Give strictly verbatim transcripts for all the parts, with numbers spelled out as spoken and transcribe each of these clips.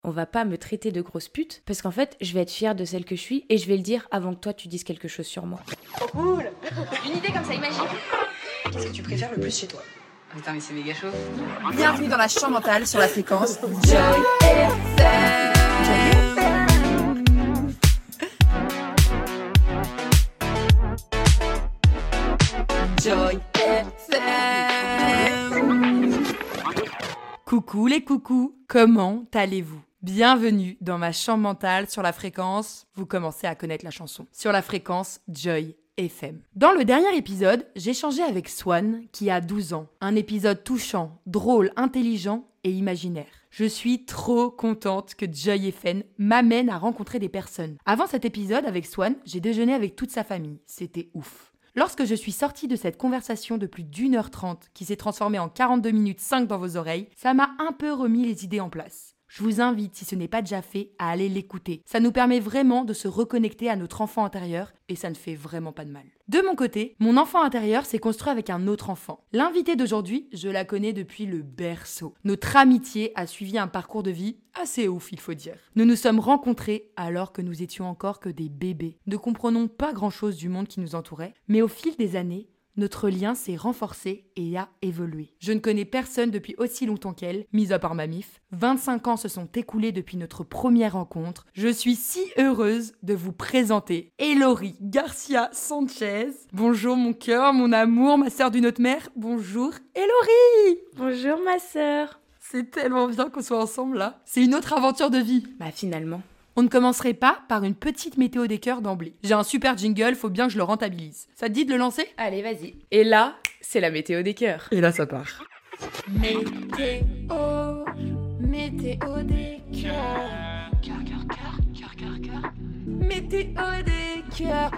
on va pas me traiter de grosse pute parce qu'en fait, je vais être fière de celle que je suis et je vais le dire avant que toi tu dises quelque chose sur moi. Trop cool. Une idée comme ça, imagine. Qu'est-ce que tu préfères le plus chez toi? Putain, mais c'est méga chaud. Bienvenue dans la chambre mentale sur la fréquence Joy F M. Joy F M. Coucou les coucous, comment allez-vous ? Bienvenue dans ma chambre mentale sur la fréquence, vous commencez à connaître la chanson, sur la fréquence Joy F M. Dans le dernier épisode, j'ai échangé avec Swan qui a douze ans. Un épisode touchant, drôle, intelligent et imaginaire. Je suis trop contente que Joy F M m'amène à rencontrer des personnes. Avant cet épisode avec Swan, j'ai déjeuné avec toute sa famille. C'était ouf. Lorsque je suis sortie de cette conversation de plus d'une heure trente qui s'est transformée en quarante-deux minutes cinq dans vos oreilles, ça m'a un peu remis les idées en place. Je vous invite, si ce n'est pas déjà fait, à aller l'écouter. Ça nous permet vraiment de se reconnecter à notre enfant intérieur et ça ne fait vraiment pas de mal. De mon côté, mon enfant intérieur s'est construit avec un autre enfant. L'invitée d'aujourd'hui, je la connais depuis le berceau. Notre amitié a suivi un parcours de vie assez ouf, il faut dire. Nous nous sommes rencontrés alors que nous étions encore que des bébés. Ne comprenons pas grand-chose du monde qui nous entourait, mais au fil des années, notre lien s'est renforcé et a évolué. Je ne connais personne depuis aussi longtemps qu'elle, mis à part ma mif. vingt-cinq ans se sont écoulés depuis notre première rencontre. Je suis si heureuse de vous présenter Elory Garcia Sanchez. Bonjour mon cœur, mon amour, ma sœur d'une autre mère. Bonjour Elory. Bonjour ma sœur. C'est tellement bien qu'on soit ensemble là. C'est une autre aventure de vie. Bah finalement. On ne commencerait pas par une petite météo des cœurs d'emblée. J'ai un super jingle, faut bien que je le rentabilise. Ça te dit de le lancer ? Allez, vas-y. Et là, c'est la météo des cœurs. Et là, ça part. Météo, météo des cœurs. Cœur, cœur, cœur, cœur, cœur, cœur. Météo des cœurs.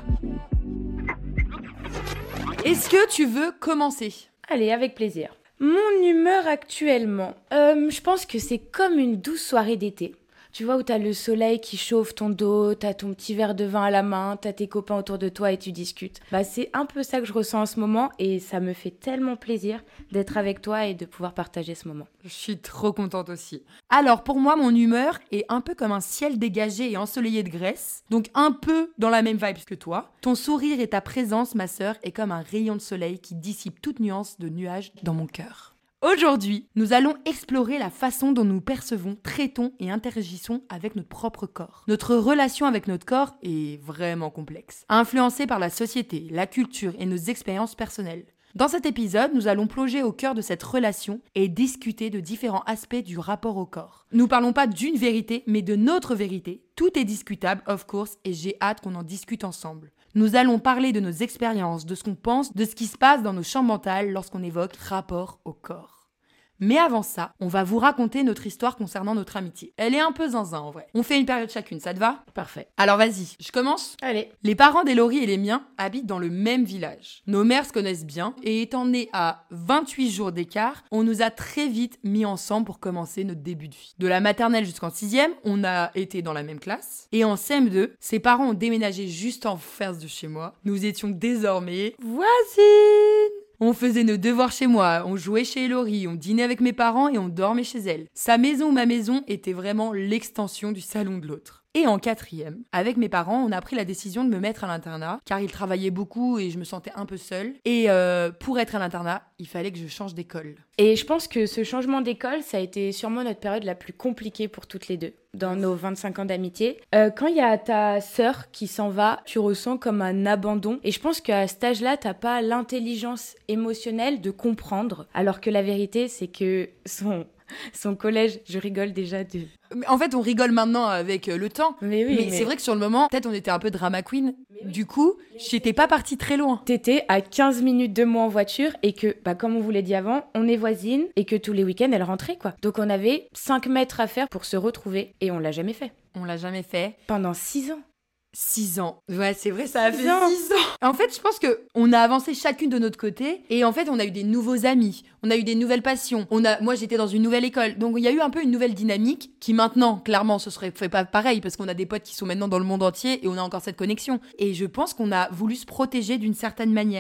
Est-ce que tu veux commencer ? Allez, avec plaisir. Mon humeur actuellement, euh, je pense que c'est comme une douce soirée d'été. Tu vois, où t'as le soleil qui chauffe ton dos, t'as ton petit verre de vin à la main, t'as tes copains autour de toi et tu discutes. Bah, c'est un peu ça que je ressens en ce moment et ça me fait tellement plaisir d'être avec toi et de pouvoir partager ce moment. Je suis trop contente aussi. Alors, pour moi, mon humeur est un peu comme un ciel dégagé et ensoleillé de Grèce, donc un peu dans la même vibe que toi. Ton sourire et ta présence, ma sœur, est comme un rayon de soleil qui dissipe toute nuance de nuages dans mon cœur. Aujourd'hui, nous allons explorer la façon dont nous percevons, traitons et interagissons avec notre propre corps. Notre relation avec notre corps est vraiment complexe, influencée par la société, la culture et nos expériences personnelles. Dans cet épisode, nous allons plonger au cœur de cette relation et discuter de différents aspects du rapport au corps. Nous parlons pas d'une vérité, mais de notre vérité. Tout est discutable, of course, et j'ai hâte qu'on en discute ensemble. Nous allons parler de nos expériences, de ce qu'on pense, de ce qui se passe dans nos champs mentales lorsqu'on évoque rapport au corps. Mais avant ça, on va vous raconter notre histoire concernant notre amitié. Elle est un peu zinzin en vrai. On fait une période chacune, ça te va ? Parfait. Alors vas-y, je commence ? Allez. Les parents d'Elory et les miens habitent dans le même village. Nos mères se connaissent bien et étant nés à vingt-huit jours d'écart, on nous a très vite mis ensemble pour commencer notre début de vie. De la maternelle jusqu'en sixième, on a été dans la même classe. Et en C M deux, ses parents ont déménagé juste en face de chez moi. Nous étions désormais voisines. On faisait nos devoirs chez moi, on jouait chez Elory, on dînait avec mes parents et on dormait chez elle. Sa maison ou ma maison était vraiment l'extension du salon de l'autre. Et en quatrième, avec mes parents, on a pris la décision de me mettre à l'internat, car ils travaillaient beaucoup et je me sentais un peu seule. Et euh, pour être à l'internat, il fallait que je change d'école. Et je pense que ce changement d'école, ça a été sûrement notre période la plus compliquée pour toutes les deux, dans nos vingt-cinq ans d'amitié. Euh, quand il y a ta sœur qui s'en va, tu ressens comme un abandon. Et je pense qu'à cet âge-là, t'as pas l'intelligence émotionnelle de comprendre. Alors que la vérité, c'est que son... Son collège, je rigole déjà de... En fait, on rigole maintenant avec le temps. Mais oui, mais, mais... c'est vrai que sur le moment, peut-être on était un peu drama queen. Oui. Du coup, j'étais pas partie très loin. T'étais à quinze minutes de moi en voiture et que, bah, comme on vous l'a dit avant, on est voisines et que tous les week-ends, elle rentrait, quoi. Donc on avait cinq mètres à faire pour se retrouver et on l'a jamais fait. On l'a jamais fait. Pendant six ans. Six ans. Ouais, c'est vrai, ça a fait six ans. six ans. En fait, je pense que on a avancé chacune de notre côté et en fait, on a eu des nouveaux amis, on a eu des nouvelles passions. On a, moi, j'étais dans une nouvelle école, donc il y a eu un peu une nouvelle dynamique qui maintenant, clairement, ce serait fait pas pareil parce qu'on a des potes qui sont maintenant dans le monde entier et on a encore cette connexion. Et je pense qu'on a voulu se protéger d'une certaine manière.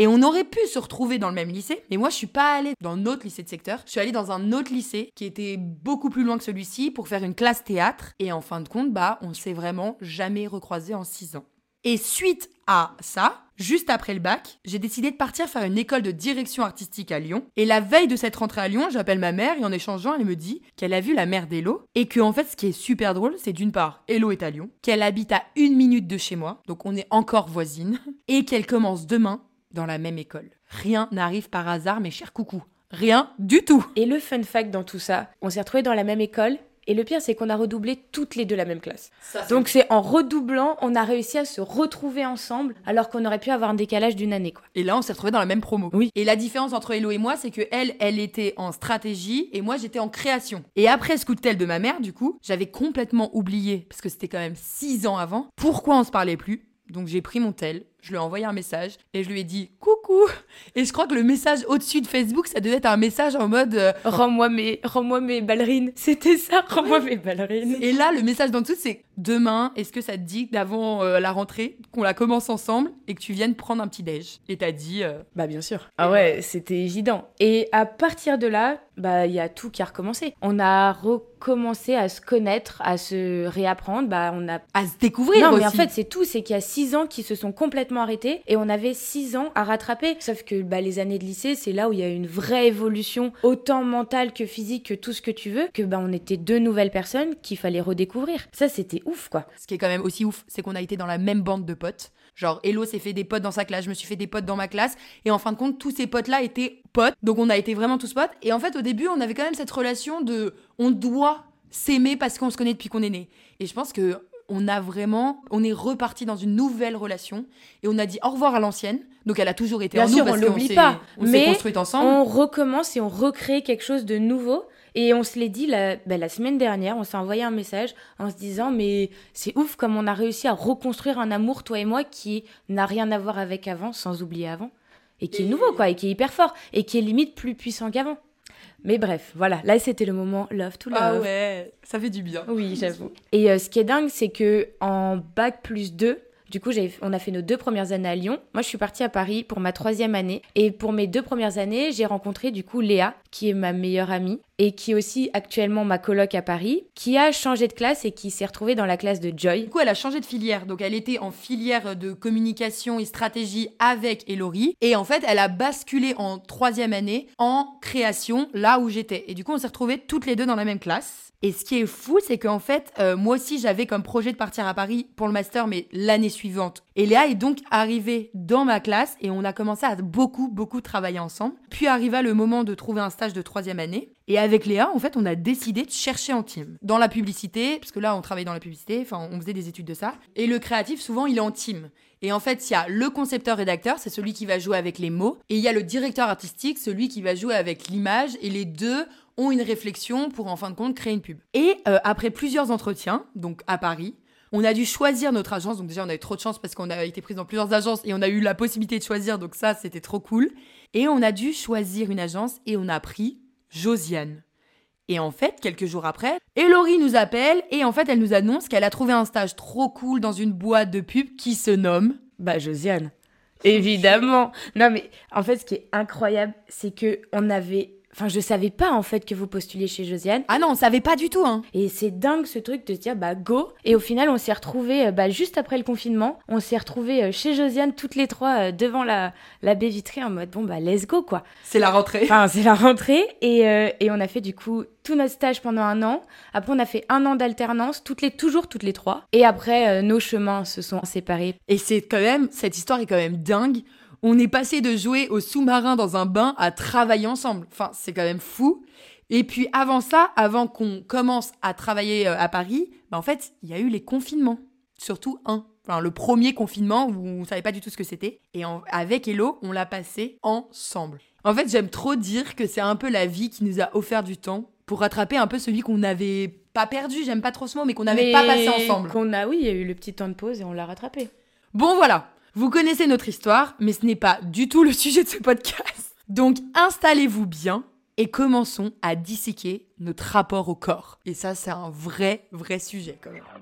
Et on aurait pu se retrouver dans le même lycée, mais moi je suis pas allée dans notre lycée de secteur, je suis allée dans un autre lycée qui était beaucoup plus loin que celui-ci pour faire une classe théâtre. Et en fin de compte, bah on s'est vraiment jamais recroisés en six ans. Et suite à ça, juste après le bac, j'ai décidé de partir faire une école de direction artistique à Lyon. Et la veille de cette rentrée à Lyon, j'appelle ma mère et en échangeant, elle me dit qu'elle a vu la mère d'Hello. Et que en fait, ce qui est super drôle, c'est d'une part, Hello est à Lyon, qu'elle habite à une minute de chez moi, donc on est encore voisines, et qu'elle commence demain dans la même école. Rien n'arrive par hasard, mes chers coucous. Rien du tout. Et le fun fact dans tout ça, on s'est retrouvés dans la même école. Et le pire, c'est qu'on a redoublé toutes les deux la même classe. Ça, c'est... Donc c'est en redoublant, on a réussi à se retrouver ensemble, alors qu'on aurait pu avoir un décalage d'une année, quoi. Et là, on s'est retrouvés dans la même promo. Oui. Et la différence entre Hello et moi, c'est que elle, elle était en stratégie et moi, j'étais en création. Et après ce coup de tel de ma mère, du coup, j'avais complètement oublié, parce que c'était quand même six ans avant, pourquoi on se parlait plus. Donc j'ai pris mon tel, je lui ai envoyé un message et je lui ai dit « Coucou !» Et je crois que le message au-dessus de Facebook, ça devait être un message en mode euh, « Rends-moi mes, rends-moi mes ballerines !» C'était ça, « Rends-moi mes ballerines !» Et là, le message d'en dessous, c'est « Demain, est-ce que ça te dit d'avant euh, la rentrée, qu'on la commence ensemble et que tu viennes prendre un petit déj ?» Et t'as dit euh... Bah bien sûr. Ah ouais, c'était évident. Et à partir de là, bah il y a tout qui a recommencé. On a recommencé à se connaître, à se réapprendre, bah on a... À se découvrir non, aussi. Non mais en fait, c'est tout, c'est qu'il y a six ans qui se sont complètement arrêtés et on avait six ans à rattraper. Sauf que bah, les années de lycée, c'est là où il y a une vraie évolution, autant mentale que physique, que tout ce que tu veux, que bah on était deux nouvelles personnes qu'il fallait redécouvrir. Ça, c'était ouf, quoi. Ce qui est quand même aussi ouf, c'est qu'on a été dans la même bande de potes. Genre, Hello s'est fait des potes dans sa classe, je me suis fait des potes dans ma classe. Et en fin de compte, tous ces potes-là étaient potes. Donc, on a été vraiment tous potes. Et en fait, au début, on avait quand même cette relation de... On doit s'aimer parce qu'on se connaît depuis qu'on est né. Et je pense que on a vraiment... On est reparti dans une nouvelle relation. Et on a dit au revoir à l'ancienne. Donc, elle a toujours été Bien en sûr, nous parce on qu'on l'oublie s'est, pas. on mais s'est construite ensemble. On recommence et on recrée quelque chose de nouveau. Et on se l'est dit la, bah, la semaine dernière, on s'est envoyé un message en se disant mais c'est ouf comme on a réussi à reconstruire un amour, toi et moi, qui n'a rien à voir avec avant, sans oublier avant, et qui et... est nouveau, quoi, et qui est hyper fort, et qui est limite plus puissant qu'avant. Mais bref, voilà, là c'était le moment love to love. Ah ouais, ça fait du bien. Oui, j'avoue. Et euh, ce qui est dingue, c'est que en bac plus deux, du coup, j'avais, on a fait nos deux premières années à Lyon. Moi, je suis partie à Paris pour ma troisième année. Et pour mes deux premières années, j'ai rencontré du coup Léa, qui est ma meilleure amie et qui est aussi actuellement ma coloc à Paris, qui a changé de classe et qui s'est retrouvée dans la classe de Joy. Du coup, elle a changé de filière. Donc, elle était en filière de communication et stratégie avec Elori. Et en fait, elle a basculé en troisième année en création, là où j'étais. Et du coup, on s'est retrouvés toutes les deux dans la même classe. Et ce qui est fou, c'est qu'en fait, euh, moi aussi, j'avais comme projet de partir à Paris pour le master, mais l'année suivante. Et Léa est donc arrivée dans ma classe et on a commencé à beaucoup, beaucoup travailler ensemble. Puis arriva le moment de trouver un stage de troisième année. Et avec Léa, en fait, on a décidé de chercher en team. Dans la publicité, parce que là, on travaille dans la publicité, enfin, on faisait des études de ça. Et le créatif, souvent, il est en team. Et en fait, il y a le concepteur-rédacteur, c'est celui qui va jouer avec les mots. Et il y a le directeur artistique, celui qui va jouer avec l'image. Et les deux ont une réflexion pour, en fin de compte, créer une pub. Et euh, après plusieurs entretiens, donc à Paris, on a dû choisir notre agence. Donc déjà, on a eu trop de chance parce qu'on a été pris dans plusieurs agences et on a eu la possibilité de choisir. Donc ça, c'était trop cool. Et on a dû choisir une agence et on a pris Josiane. Et en fait, quelques jours après, Elori nous appelle et en fait, elle nous annonce qu'elle a trouvé un stage trop cool dans une boîte de pub qui se nomme... Bah, Josiane. Évidemment. Non, mais en fait, ce qui est incroyable, c'est que on avait... Enfin, je savais pas, en fait, que vous postuliez chez Josiane. Ah non, on savait pas du tout, hein. Et c'est dingue, ce truc de se dire, bah, go. Et au final, on s'est retrouvés, bah, juste après le confinement, on s'est retrouvés chez Josiane, toutes les trois, devant la, la baie vitrée, en mode, bon, bah, let's go, quoi. C'est la rentrée. Enfin, c'est la rentrée. Et, euh, et on a fait, du coup, tout notre stage pendant un an. Après, on a fait un an d'alternance, toutes les, toujours toutes les trois. Et après, euh, nos chemins se sont séparés. Et c'est quand même, cette histoire est quand même dingue. On est passé de jouer au sous-marin dans un bain à travailler ensemble. Enfin, c'est quand même fou. Et puis avant ça, avant qu'on commence à travailler à Paris, bah en fait, il y a eu les confinements. Surtout un. Enfin, le premier confinement où on savait pas du tout ce que c'était. Et en, avec Hello, on l'a passé ensemble. En fait, j'aime trop dire que c'est un peu la vie qui nous a offert du temps pour rattraper un peu celui qu'on n'avait pas perdu, j'aime pas trop ce mot, mais qu'on n'avait pas passé ensemble. Qu'on a, oui, il y a eu le petit temps de pause et on l'a rattrapé. Bon, voilà. Vous connaissez notre histoire, mais ce n'est pas du tout le sujet de ce podcast. Donc, installez-vous bien et commençons à disséquer notre rapport au corps. Et ça, c'est un vrai, vrai sujet quand même.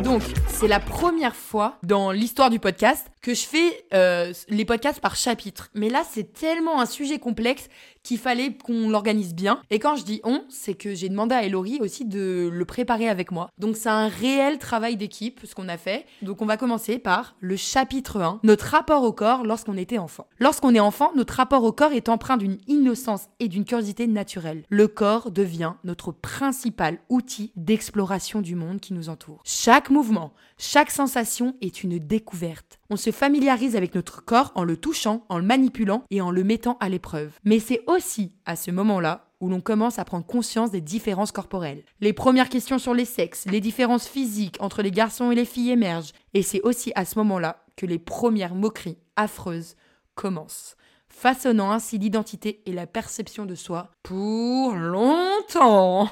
Donc, c'est la première fois dans l'histoire du podcast que je fais euh, les podcasts par chapitre. Mais là, c'est tellement un sujet complexe qu'il fallait qu'on l'organise bien. Et quand je dis on, c'est que j'ai demandé à Hélory aussi de le préparer avec moi. Donc, c'est un réel travail d'équipe, ce qu'on a fait. Donc, on va commencer par le chapitre un, notre rapport au corps lorsqu'on était enfant. Lorsqu'on est enfant, notre rapport au corps est empreint d'une innocence et d'une curiosité naturelle. Le corps devient notre principal outil d'exploration du monde qui nous entoure. Chaque mouvement, chaque sensation est une découverte. On se familiarise avec notre corps en le touchant, en le manipulant et en le mettant à l'épreuve. Mais c'est aussi à ce moment-là où l'on commence à prendre conscience des différences corporelles. Les premières questions sur les sexes, les différences physiques entre les garçons et les filles émergent. Et c'est aussi à ce moment-là que les premières moqueries affreuses commencent, façonnant ainsi l'identité et la perception de soi pour longtemps.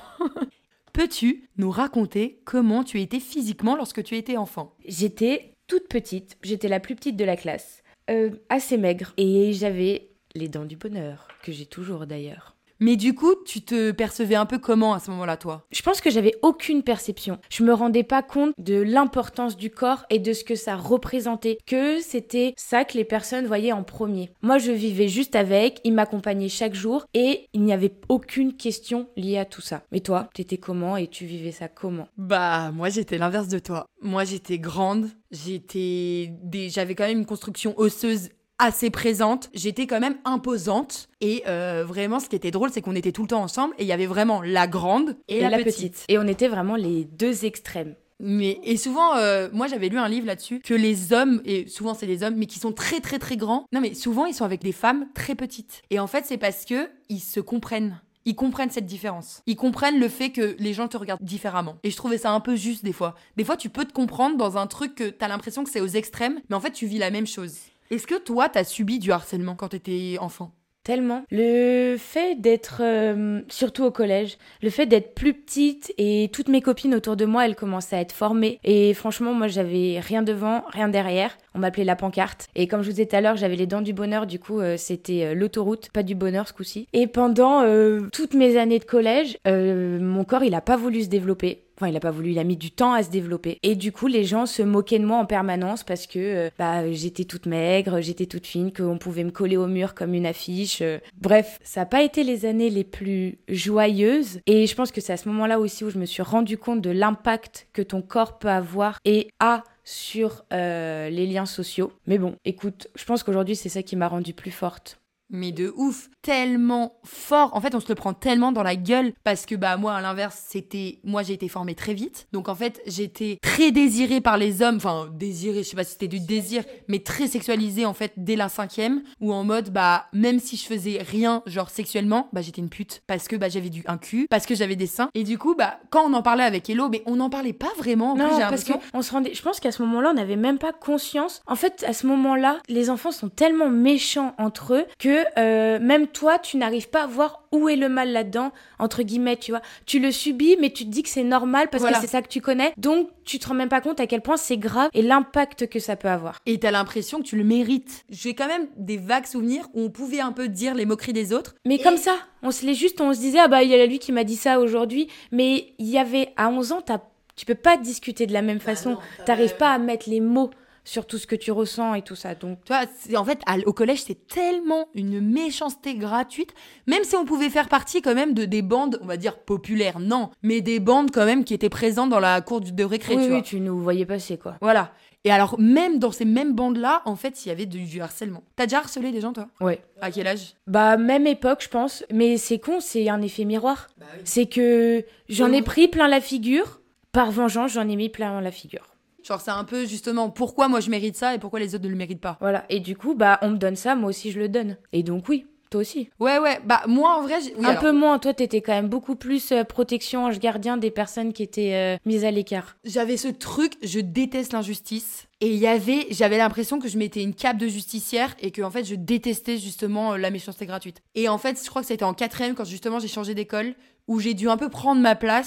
Peux-tu nous raconter comment tu étais physiquement lorsque tu étais enfant ? J'étais toute petite, j'étais la plus petite de la classe, euh, assez maigre, et j'avais les dents du bonheur, que j'ai toujours d'ailleurs. Mais du coup, tu te percevais un peu comment à ce moment-là, toi ? Je pense que j'avais aucune perception. Je me rendais pas compte de l'importance du corps et de ce que ça représentait, que c'était ça que les personnes voyaient en premier. Moi, je vivais juste avec, il m'accompagnait chaque jour et il n'y avait aucune question liée à tout ça. Mais toi, t'étais comment et tu vivais ça comment ? Bah, moi, j'étais l'inverse de toi. Moi, j'étais grande, j'étais des... j'avais quand même une construction osseuse assez présente, j'étais quand même imposante et euh, vraiment ce qui était drôle c'est qu'on était tout le temps ensemble et il y avait vraiment la grande et, et la, la petite. petite. Et on était vraiment les deux extrêmes. Mais et souvent euh, moi j'avais lu un livre là-dessus que les hommes, et souvent c'est des hommes mais qui sont très très très grands, non mais souvent ils sont avec des femmes très petites et en fait c'est parce que ils se comprennent. Ils comprennent cette différence. Ils comprennent le fait que les gens te regardent différemment. Et je trouvais ça un peu juste des fois. Des fois, tu peux te comprendre dans un truc que t'as l'impression que c'est aux extrêmes, mais en fait, tu vis la même chose. Est-ce que toi, t'as subi du harcèlement quand t'étais enfant ? Tellement. Le fait d'être, euh, surtout au collège, le fait d'être plus petite et toutes mes copines autour de moi, elles commençaient à être formées. Et franchement, moi, j'avais rien devant, rien derrière. On m'appelait la pancarte. Et comme je vous disais tout à l'heure, j'avais les dents du bonheur. Du coup, euh, c'était euh, l'autoroute, pas du bonheur ce coup-ci. Et pendant euh, toutes mes années de collège, euh, mon corps, il a pas voulu se développer. Enfin, il a pas voulu, il a mis du temps à se développer. Et du coup, les gens se moquaient de moi en permanence parce que euh, bah, j'étais toute maigre, j'étais toute fine, qu'on pouvait me coller au mur comme une affiche. Euh. Bref, ça n'a pas été les années les plus joyeuses. Et je pense que c'est à ce moment-là aussi où je me suis rendu compte de l'impact que ton corps peut avoir et a sur euh, les liens sociaux. Mais bon, écoute, je pense qu'aujourd'hui, c'est ça qui m'a rendue plus forte. Mais de ouf, tellement fort. En fait, on se le prend tellement dans la gueule parce que bah moi, à l'inverse, c'était moi j'ai été formée très vite. Donc en fait, j'étais très désirée par les hommes, enfin désirée, je sais pas si c'était du désir, mais très sexualisée en fait dès la cinquième, où en mode bah même si je faisais rien genre sexuellement, bah j'étais une pute parce que bah j'avais du un cul, parce que j'avais des seins. Et du coup bah quand on en parlait avec Hello, mais on n'en parlait pas vraiment. En non, plus, j'ai parce l'impression... qu'on se rendait. Je pense qu'à ce moment-là, on n'avait même pas conscience. En fait, à ce moment-là, les enfants sont tellement méchants entre eux que Euh, même toi, tu n'arrives pas à voir où est le mal là-dedans, entre guillemets, tu vois. Tu le subis, mais tu te dis que c'est normal parce voilà. que c'est ça que tu connais. Donc, tu te rends même pas compte à quel point c'est grave et l'impact que ça peut avoir. Et t'as l'impression que tu le mérites. J'ai quand même des vagues souvenirs où on pouvait un peu dire les moqueries des autres. Mais et... comme ça, on se l'est juste, on se disait, ah bah, il y a lui qui m'a dit ça aujourd'hui. Mais il y avait, à onze ans, t'as, tu peux pas discuter de la même façon. Ah non, t'arrives pas à mettre les mots sur tout ce que tu ressens et tout ça. Donc, tu vois, c'est, en fait, à, au collège, c'est tellement une méchanceté gratuite, même si on pouvait faire partie quand même de des bandes, on va dire populaires, non, mais des bandes quand même qui étaient présentes dans la cour de récré, oui, tu oui, vois. tu nous voyais passer, quoi. Voilà. Et alors, même dans ces mêmes bandes-là, en fait, il y avait du, du harcèlement. T'as déjà harcelé des gens, toi ? Ouais. À quel âge ? Bah, même époque, je pense. Mais c'est con, c'est un effet miroir. Bah oui. C'est que j'en oui. ai pris plein la figure. Par vengeance, j'en ai mis plein la figure. Genre, c'est un peu, justement, pourquoi moi je mérite ça et pourquoi les autres ne le méritent pas. Voilà. Et du coup, bah, on me donne ça, moi aussi je le donne. Et donc, oui. Toi aussi. Ouais, ouais. Bah, moi, en vrai... J'ai... Oui, un alors... peu moins. Toi, t'étais quand même beaucoup plus euh, protection, ange gardien des personnes qui étaient euh, mises à l'écart. J'avais ce truc, je déteste l'injustice. Et il y avait... J'avais l'impression que je mettais une cape de justicière et que, en fait, je détestais, justement, la méchanceté gratuite. Et en fait, je crois que c'était en quatrième, quand, justement, j'ai changé d'école, où j'ai dû un peu prendre ma place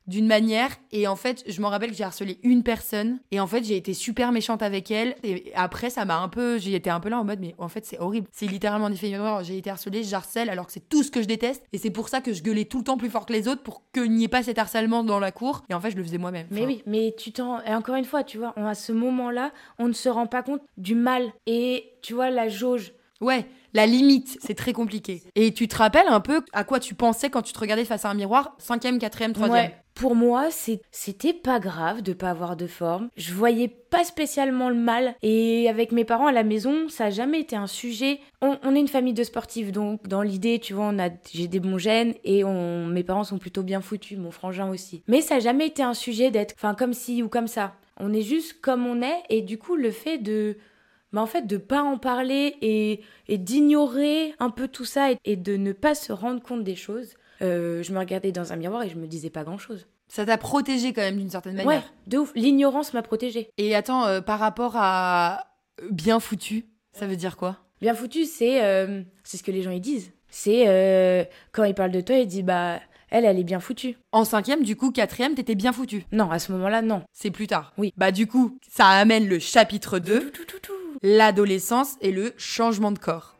d'une manière et en fait je m'en rappelle que j'ai harcelé une personne et en fait j'ai été super méchante avec elle et après ça m'a un peu j'ai été un peu là en mode mais en fait c'est horrible, c'est littéralement un effet miroir, j'ai été harcelée, j'harcèle alors que c'est tout ce que je déteste et c'est pour ça que je gueulais tout le temps plus fort que les autres pour qu'il n'y ait pas cet harcèlement dans la cour et en fait je le faisais moi-même. Mais enfin... oui, mais tu t'en... Et encore une fois, tu vois, on, à ce moment-là, on ne se rend pas compte du mal et tu vois la jauge. Ouais, la limite, c'est très compliqué. Et tu te rappelles un peu à quoi tu pensais quand tu te regardais face à un miroir, cinquième, quatrième, troisième. Ouais. Pour moi, c'est... c'était pas grave de pas avoir de forme. Je voyais pas spécialement le mal. Et avec mes parents à la maison, ça a jamais été un sujet. On, on est une famille de sportifs, donc dans l'idée, tu vois, on a... j'ai des bons gènes et on... mes parents sont plutôt bien foutus, mon frangin aussi. Mais ça a jamais été un sujet d'être, enfin, comme ci ou comme ça. On est juste comme on est et du coup, le fait de... Mais en fait, de pas en parler et, et d'ignorer un peu tout ça et, et de ne pas se rendre compte des choses, euh, je me regardais dans un miroir et je me disais pas grand-chose. Ça t'a protégé quand même d'une certaine manière. Ouais, de ouf. L'ignorance m'a protégée. Et attends, euh, par rapport à bien foutu, ça veut dire quoi ? Bien foutu, c'est, euh, c'est ce que les gens ils disent. C'est euh, quand ils parlent de toi, ils disent bah elle, elle est bien foutue. En cinquième, du coup, quatrième, t'étais bien foutu. Non, à ce moment-là, non. C'est plus tard. Oui. Bah du coup, ça amène le chapitre deux, Tout, tout, tout, tout. l'adolescence et le changement de corps.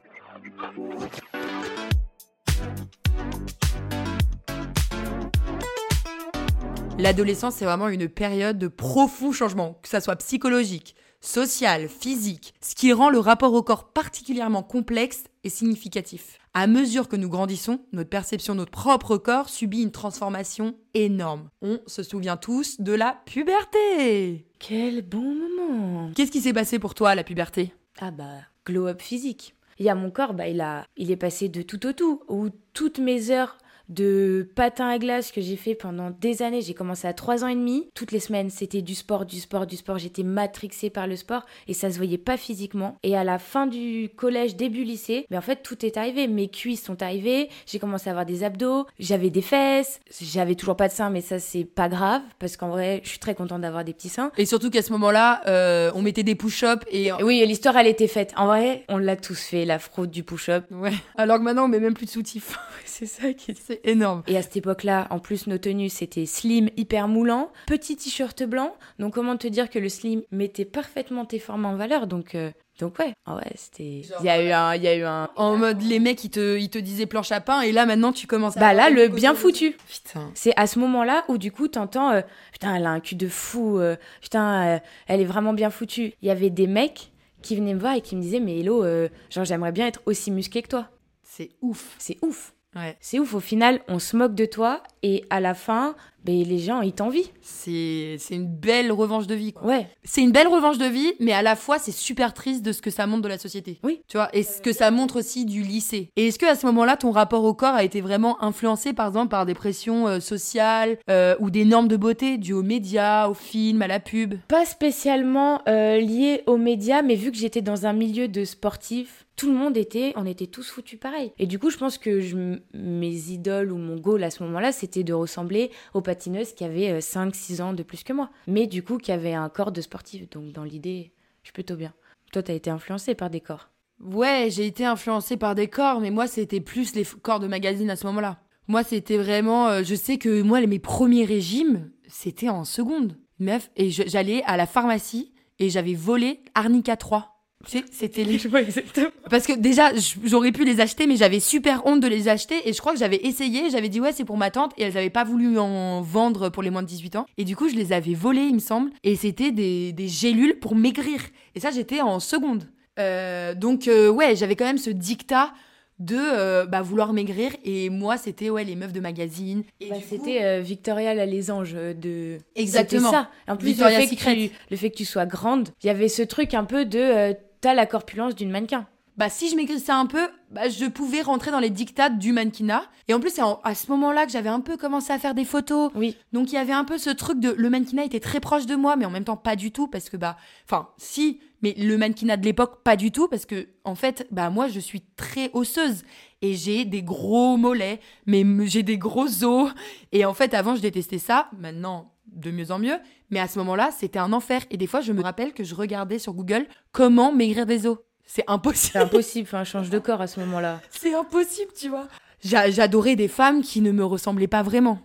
L'adolescence, c'est vraiment une période de profond changement, que ça soit psychologique, social, physique, ce qui rend le rapport au corps particulièrement complexe et significatif. À mesure que nous grandissons, notre perception de notre propre corps subit une transformation énorme. On se souvient tous de la puberté. Quel bon moment. Qu'est-ce qui s'est passé pour toi à la puberté ? Ah bah, glow-up physique. Il y a mon corps, bah il a, il est passé de tout au tout, où toutes mes heures de patin à glace que j'ai fait pendant des années. J'ai commencé à trois ans et demi. Toutes les semaines, c'était du sport, du sport, du sport. J'étais matrixée par le sport et ça se voyait pas physiquement. Et à la fin du collège, début lycée, mais en fait, tout est arrivé. Mes cuisses sont arrivées. J'ai commencé à avoir des abdos. J'avais des fesses. J'avais toujours pas de seins, mais ça, c'est pas grave parce qu'en vrai, je suis très contente d'avoir des petits seins. Et surtout qu'à ce moment-là, euh, on mettait des push-ups et... Et oui, l'histoire, elle était faite. En vrai, on l'a tous fait, la fraude du push-up. Ouais. Alors que maintenant, on met même plus de soutifs. C'est ça qui... C'est énorme. Et à cette époque-là, en plus, nos tenues, c'était slim, hyper moulant, petit t-shirt blanc. Donc, comment te dire que le slim mettait parfaitement tes formes en valeur. Donc, euh, donc ouais, ah ouais, c'était... Il y a eu un... Il y a eu un... En mode, les mecs, ils te, ils te disaient planche à pain et là, maintenant, tu commences à... Bah là, le bien foutu. Putain. C'est à ce moment-là où, du coup, t'entends... Euh, putain, elle a un cul de fou. Euh, putain, euh, elle est vraiment bien foutue. Il y avait des mecs qui venaient me voir et qui me disaient, mais hello, euh, genre, j'aimerais bien être aussi musclé que toi. C'est ouf. C'est ouf. Ouais. C'est ouf, au final, on se moque de toi et à la fin, ben, les gens, ils t'envient. C'est, c'est une belle revanche de vie, quoi. Ouais. C'est une belle revanche de vie, mais à la fois, c'est super triste de ce que ça montre de la société. Oui. Tu vois, et ce que ça montre aussi du lycée. Et est-ce que à ce moment-là, ton rapport au corps a été vraiment influencé, par exemple, par des pressions euh, sociales euh, ou des normes de beauté dues aux médias, aux films, à la pub ? Pas spécialement euh, lié aux médias, mais vu que j'étais dans un milieu de sportifs, tout le monde était, on était tous foutus pareil. Et du coup, je pense que je, mes idoles ou mon goal à ce moment-là, c'était de ressembler aux patineuses qui avaient cinq six ans de plus que moi. Mais du coup, qui avaient un corps de sportif. Donc, dans l'idée, je suis plutôt bien. Toi, t'as été influencée par des corps. Ouais, j'ai été influencée par des corps, mais moi, c'était plus les f- corps de magazine à ce moment-là. Moi, c'était vraiment... Euh, je sais que moi, les- mes premiers régimes, c'était en seconde. Meuf, et je- j'allais à la pharmacie et j'avais volé Arnica trois. Tu sais, c'était les... Je vois exactement. Parce que déjà, j'aurais pu les acheter, mais j'avais super honte de les acheter. Et je crois que j'avais essayé, j'avais dit ouais, c'est pour ma tante. Et elles avaient pas voulu en vendre pour les moins de dix-huit ans. Et du coup, je les avais volés, il me semble. Et c'était des, des gélules pour maigrir. Et ça, j'étais en seconde. Euh, donc euh, ouais, j'avais quand même ce dictat de euh, bah, vouloir maigrir. Et moi, c'était ouais, les meufs de magazine. Et Bah, du coup- c'était euh, Victoria la Lésange de... Exactement. C'était ça. En plus, Victoria's le fait, que Secret. tu, le fait que tu sois grande, il y avait ce truc un peu de... euh, t'as la corpulence d'une mannequin. Bah, si je maigrissais un peu, bah, je pouvais rentrer dans les dictats du mannequinat. Et en plus, c'est en- à ce moment-là que j'avais un peu commencé à faire des photos. Oui. Donc, il y avait un peu ce truc de... Le mannequinat était très proche de moi, mais en même temps, pas du tout. Parce que, bah... Enfin, si, mais le mannequinat de l'époque, pas du tout. Parce que, en fait, bah, moi, je suis très osseuse. Et j'ai des gros mollets, mais m- j'ai des gros os. Et en fait, avant, je détestais ça. Maintenant, de mieux en mieux. Mais à ce moment-là, c'était un enfer. Et des fois, je me rappelle que je regardais sur Google comment maigrir des os. C'est impossible. C'est impossible, enfin, change de corps à ce moment-là. C'est impossible, tu vois. J'a- J'adorais des femmes qui ne me ressemblaient pas vraiment.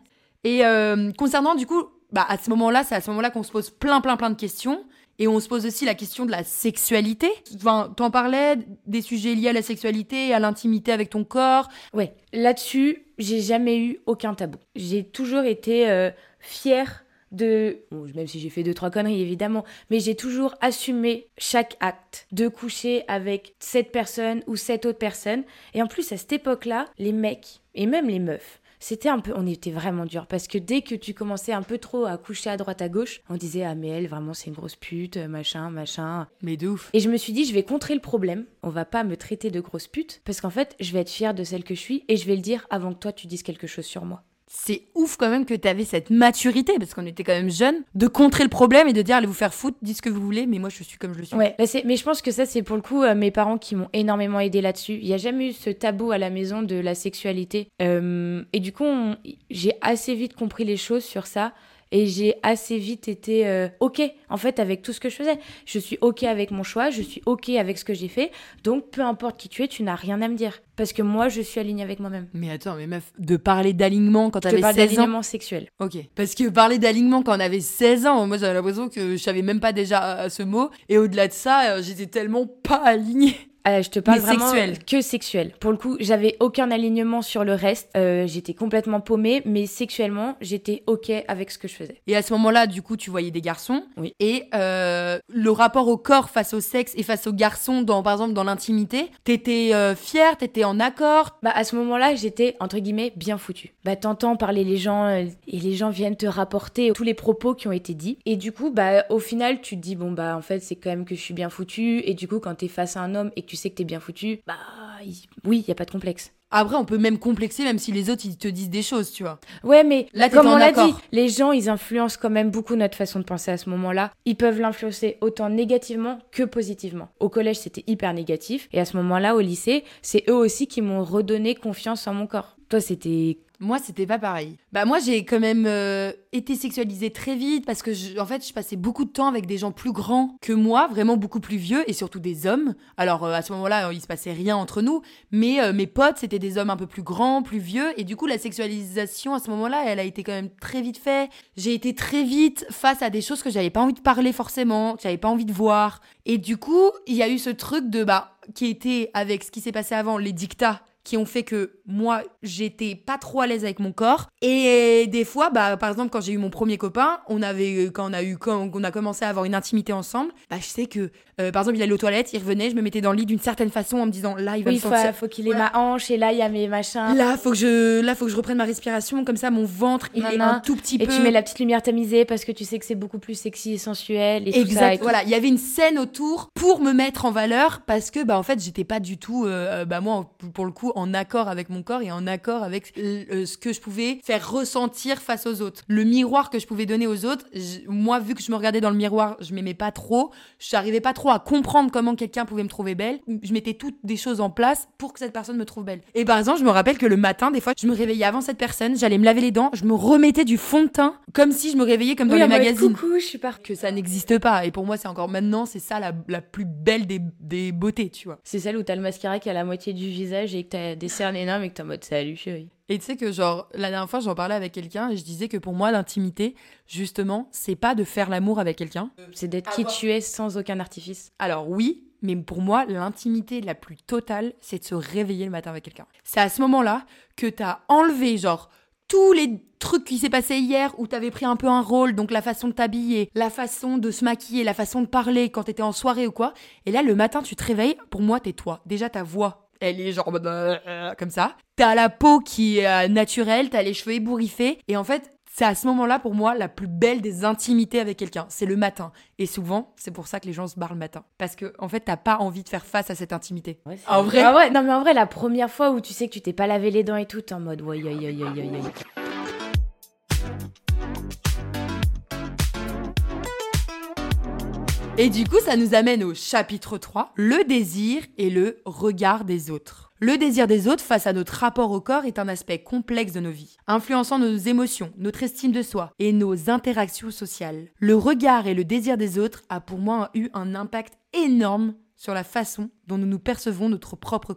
Et euh, concernant du coup, bah, à ce moment-là, c'est à ce moment-là qu'on se pose plein, plein, plein de questions. Et on se pose aussi la question de la sexualité. Enfin, t'en parlais des sujets liés à la sexualité, à l'intimité avec ton corps. Ouais, là-dessus, j'ai jamais eu aucun tabou. J'ai toujours été euh, fière de... Bon, même si j'ai fait deux, trois conneries, évidemment, mais j'ai toujours assumé chaque acte de coucher avec cette personne ou cette autre personne. Et en plus, à cette époque-là, les mecs, et même les meufs, c'était un peu, on était vraiment dur parce que dès que tu commençais un peu trop à coucher à droite à gauche, on disait ah mais elle vraiment c'est une grosse pute, machin, machin. Mais de ouf. Et je me suis dit je vais contrer le problème, on va pas me traiter de grosse pute parce qu'en fait je vais être fière de celle que je suis et je vais le dire avant que toi tu dises quelque chose sur moi. C'est ouf quand même que t'avais cette maturité, parce qu'on était quand même jeunes, de contrer le problème et de dire allez vous faire foutre, dites ce que vous voulez, mais moi je suis comme je le suis. Ouais, bah c'est, mais je pense que ça c'est pour le coup euh, mes parents qui m'ont énormément aidé là-dessus. Il y a jamais eu ce tabou à la maison de la sexualité. Euh, et du coup, on, j'ai assez vite compris les choses sur ça. Et j'ai assez vite été euh, OK, en fait, avec tout ce que je faisais. Je suis OK avec mon choix, je suis OK avec ce que j'ai fait. Donc, peu importe qui tu es, tu n'as rien à me dire. Parce que moi, je suis alignée avec moi-même. Mais attends, mais meuf, de parler d'alignement quand t'avais seize ans... Je te parle seize ans... d'alignement sexuel. Ok. Parce que parler d'alignement quand on avait seize ans, moi j'avais l'impression que je savais même pas déjà euh, ce mot. Et au-delà de ça, euh, j'étais tellement pas alignée. Euh, je te parle Mais vraiment sexuel. que sexuel. Pour le coup, j'avais aucun alignement sur le reste. Euh, j'étais complètement paumée, mais sexuellement, j'étais OK avec ce que je faisais. Et à ce moment-là, du coup, tu voyais des garçons. Oui. Et euh, le rapport au corps face au sexe et face aux garçons, dans, par exemple, dans l'intimité, t'étais euh, fière, t'étais en accord. Bah, à ce moment-là, j'étais, entre guillemets, bien foutue. Bah, t'entends parler les gens euh, et les gens viennent te rapporter tous les propos qui ont été dits. Et du coup, bah, au final, tu te dis, bon, bah, en fait, c'est quand même que je suis bien foutue. Et du coup, quand t'es face à un homme et que tu sais que t'es bien foutu, bah, il... oui, y a pas de complexe. Après, on peut même complexer, même si les autres, ils te disent des choses, tu vois. Ouais, mais là, comme on l'a accord. dit, les gens, ils influencent quand même beaucoup notre façon de penser à ce moment-là. Ils peuvent l'influencer autant négativement que positivement. Au collège, c'était hyper négatif. Et à ce moment-là, au lycée, c'est eux aussi qui m'ont redonné confiance en mon corps. Toi, c'était... Moi, c'était pas pareil. Bah moi, j'ai quand même euh, été sexualisée très vite parce que, je, en fait, je passais beaucoup de temps avec des gens plus grands que moi, vraiment beaucoup plus vieux, et surtout des hommes. Alors, euh, à ce moment-là, euh, il se passait rien entre nous, mais euh, mes potes, c'était des hommes un peu plus grands, plus vieux, et du coup, la sexualisation, à ce moment-là, elle a été quand même très vite faite. J'ai été très vite face à des choses que j'avais pas envie de parler forcément, que j'avais pas envie de voir. Et du coup, il y a eu ce truc de, bah, qui était avec ce qui s'est passé avant, les dictats, qui ont fait que moi, j'étais pas trop à l'aise avec mon corps. Et des fois, bah, par exemple, quand j'ai eu mon premier copain, on avait, quand on a eu, quand on a commencé à avoir une intimité ensemble, bah, je sais que, euh, par exemple, il allait aux toilettes, il revenait, je me mettais dans le lit d'une certaine façon en me disant, là, il va oui, me sentir. Oui, faut qu'il ait Voilà. ma hanche, et là, il y a mes machins. Là, faut que je, là, faut que je reprenne ma respiration, comme ça, mon ventre, il est un tout petit et peu. Et tu mets la petite lumière tamisée parce que tu sais que c'est beaucoup plus sexy et sensuel. Et exact. Tout ça et voilà, il y avait une scène autour pour me mettre en valeur parce que, bah, en fait, j'étais pas du tout, euh, bah, moi, pour le coup, en accord avec mon corps et en accord avec euh, ce que je pouvais faire ressentir face aux autres. Le miroir que je pouvais donner aux autres, je, moi, vu que je me regardais dans le miroir, je m'aimais pas trop, j'arrivais pas trop à comprendre comment quelqu'un pouvait me trouver belle. Je mettais toutes des choses en place pour que cette personne me trouve belle. Et par exemple, je me rappelle que le matin, des fois, je me réveillais avant cette personne, j'allais me laver les dents, je me remettais du fond de teint, comme si je me réveillais comme oui, dans les magazines. Coucou, je suis partie. Que ça n'existe pas. Et pour moi, c'est encore maintenant, c'est ça la, la plus belle des, des beautés, tu vois. C'est celle où t'as le mascara qui a la moitié du visage et que t'as des cernes énormes et que t'es en mode salut chérie. Et tu sais que genre, la dernière fois, j'en parlais avec quelqu'un et je disais que pour moi, l'intimité, justement, c'est pas de faire l'amour avec quelqu'un. C'est d'être qui tu es sans aucun artifice. Alors oui, mais pour moi, l'intimité la plus totale, c'est de se réveiller le matin avec quelqu'un. C'est à ce moment-là que t'as enlevé, genre, tous les trucs qui s'est passé hier où t'avais pris un peu un rôle, donc la façon de t'habiller, la façon de se maquiller, la façon de parler quand t'étais en soirée ou quoi. Et là, le matin, tu te réveilles, pour moi, t'es toi. Déjà, ta voix, elle est genre euh, comme ça. T'as la peau qui est euh, naturelle, t'as les cheveux ébouriffés. Et en fait, c'est à ce moment-là, pour moi, la plus belle des intimités avec quelqu'un. C'est le matin. Et souvent, c'est pour ça que les gens se barrent le matin. Parce que, en fait, t'as pas envie de faire face à cette intimité. Ouais, en vrai, ah ouais, non mais en vrai, la première fois où tu sais que tu t'es pas lavé les dents et tout, t'es en mode ouais, aïe, aïe, aïe, aïe, aïe. Et du coup, ça nous amène au chapitre trois, le désir et le regard des autres. Le désir des autres face à notre rapport au corps est un aspect complexe de nos vies, influençant nos émotions, notre estime de soi et nos interactions sociales. Le regard et le désir des autres a pour moi eu un impact énorme sur la façon dont nous nous percevons notre propre corps.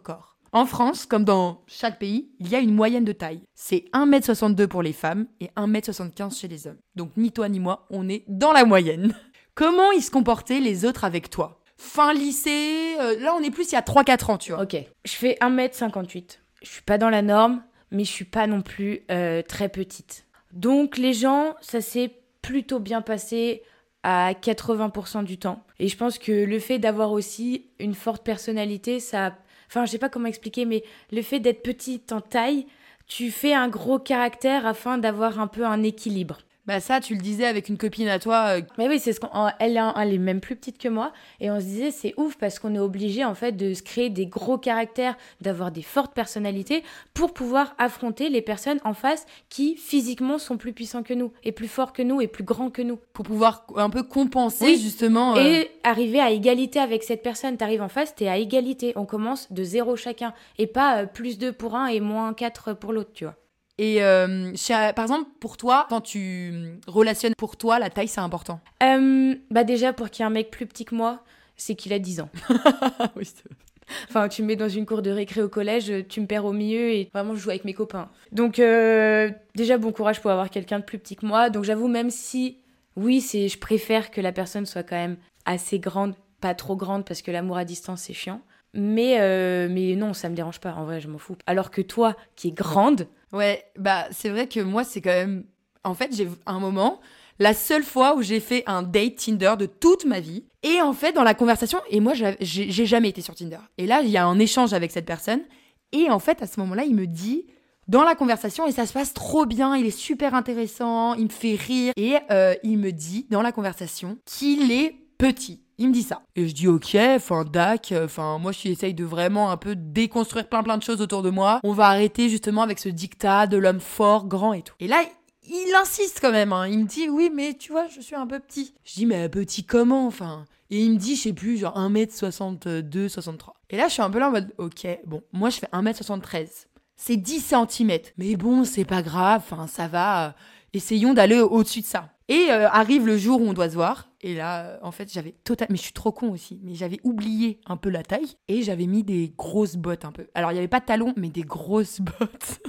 En France, comme dans chaque pays, il y a une moyenne de taille. C'est un mètre soixante-deux pour les femmes et un mètre soixante-quinze chez les hommes. Donc ni toi ni moi, on est dans la moyenne. Comment ils se comportaient les autres avec toi ? Fin lycée, euh, là on est plus il y a trois quatre ans, tu vois. Ok, je fais un mètre cinquante-huit. Je suis pas dans la norme, mais je suis pas non plus euh, très petite. Donc les gens, ça s'est plutôt bien passé à quatre-vingts pour cent du temps. Et je pense que le fait d'avoir aussi une forte personnalité, ça... Enfin, je sais pas comment expliquer, mais le fait d'être petite en taille, tu fais un gros caractère afin d'avoir un peu un équilibre. Bah ça, tu le disais avec une copine à toi. Euh... Mais oui, c'est ce qu'on, elle, elle est même plus petite que moi. Et on se disait, c'est ouf parce qu'on est obligé en fait de se créer des gros caractères, d'avoir des fortes personnalités pour pouvoir affronter les personnes en face qui physiquement sont plus puissants que nous, et plus forts que nous, et plus grands que nous. Pour pouvoir un peu compenser oui. justement. Euh... Et arriver à égalité avec cette personne. T'arrives en face, t'es à égalité. On commence de zéro chacun. Et pas euh, plus deux pour un et moins quatre pour l'autre, tu vois. Et euh, chez, par exemple, pour toi, quand tu relationnes pour toi, la taille, c'est important. euh, Bah déjà, pour qu'il y ait un mec plus petit que moi, c'est qu'il a dix ans. Oui, c'est... Enfin, tu me mets dans une cour de récré au collège, tu me perds au milieu et vraiment, je joue avec mes copains. Donc, euh, déjà, bon courage pour avoir quelqu'un de plus petit que moi. Donc, j'avoue, même si, oui, c'est, je préfère que la personne soit quand même assez grande, pas trop grande, parce que l'amour à distance, c'est chiant. Mais, euh, mais non, ça me dérange pas. En vrai, je m'en fous. Alors que toi, qui es grande... Ouais, bah c'est vrai que moi c'est quand même... En fait j'ai un moment, la seule fois où j'ai fait un date Tinder de toute ma vie, et en fait dans la conversation, et moi j'ai, j'ai jamais été sur Tinder, et là il y a un échange avec cette personne, et en fait à ce moment-là il me dit, dans la conversation, et ça se passe trop bien, il est super intéressant, il me fait rire, et euh, il me dit dans la conversation qu'il est petit. Il me dit ça. Et je dis ok, enfin dac, enfin moi je essaye de vraiment un peu déconstruire plein plein de choses autour de moi. On va arrêter justement avec ce dictat de l'homme fort, grand et tout. Et là, il insiste quand même, hein. Il me dit oui mais tu vois, je suis un peu petit. Je dis mais petit comment, enfin. Et il me dit, je sais plus, genre un mètre soixante-deux, soixante-trois. Et là je suis un peu là en mode ok, bon, moi je fais un mètre soixante-treize. C'est dix centimètres. Mais bon, c'est pas grave, enfin ça va, euh, essayons d'aller au-dessus de ça. Et euh, arrive le jour où on doit se voir. Et là, euh, en fait, j'avais totalement... Mais je suis trop con aussi. Mais j'avais oublié un peu la taille. Et j'avais mis des grosses bottes un peu. Alors, il n'y avait pas de talons, mais des grosses bottes.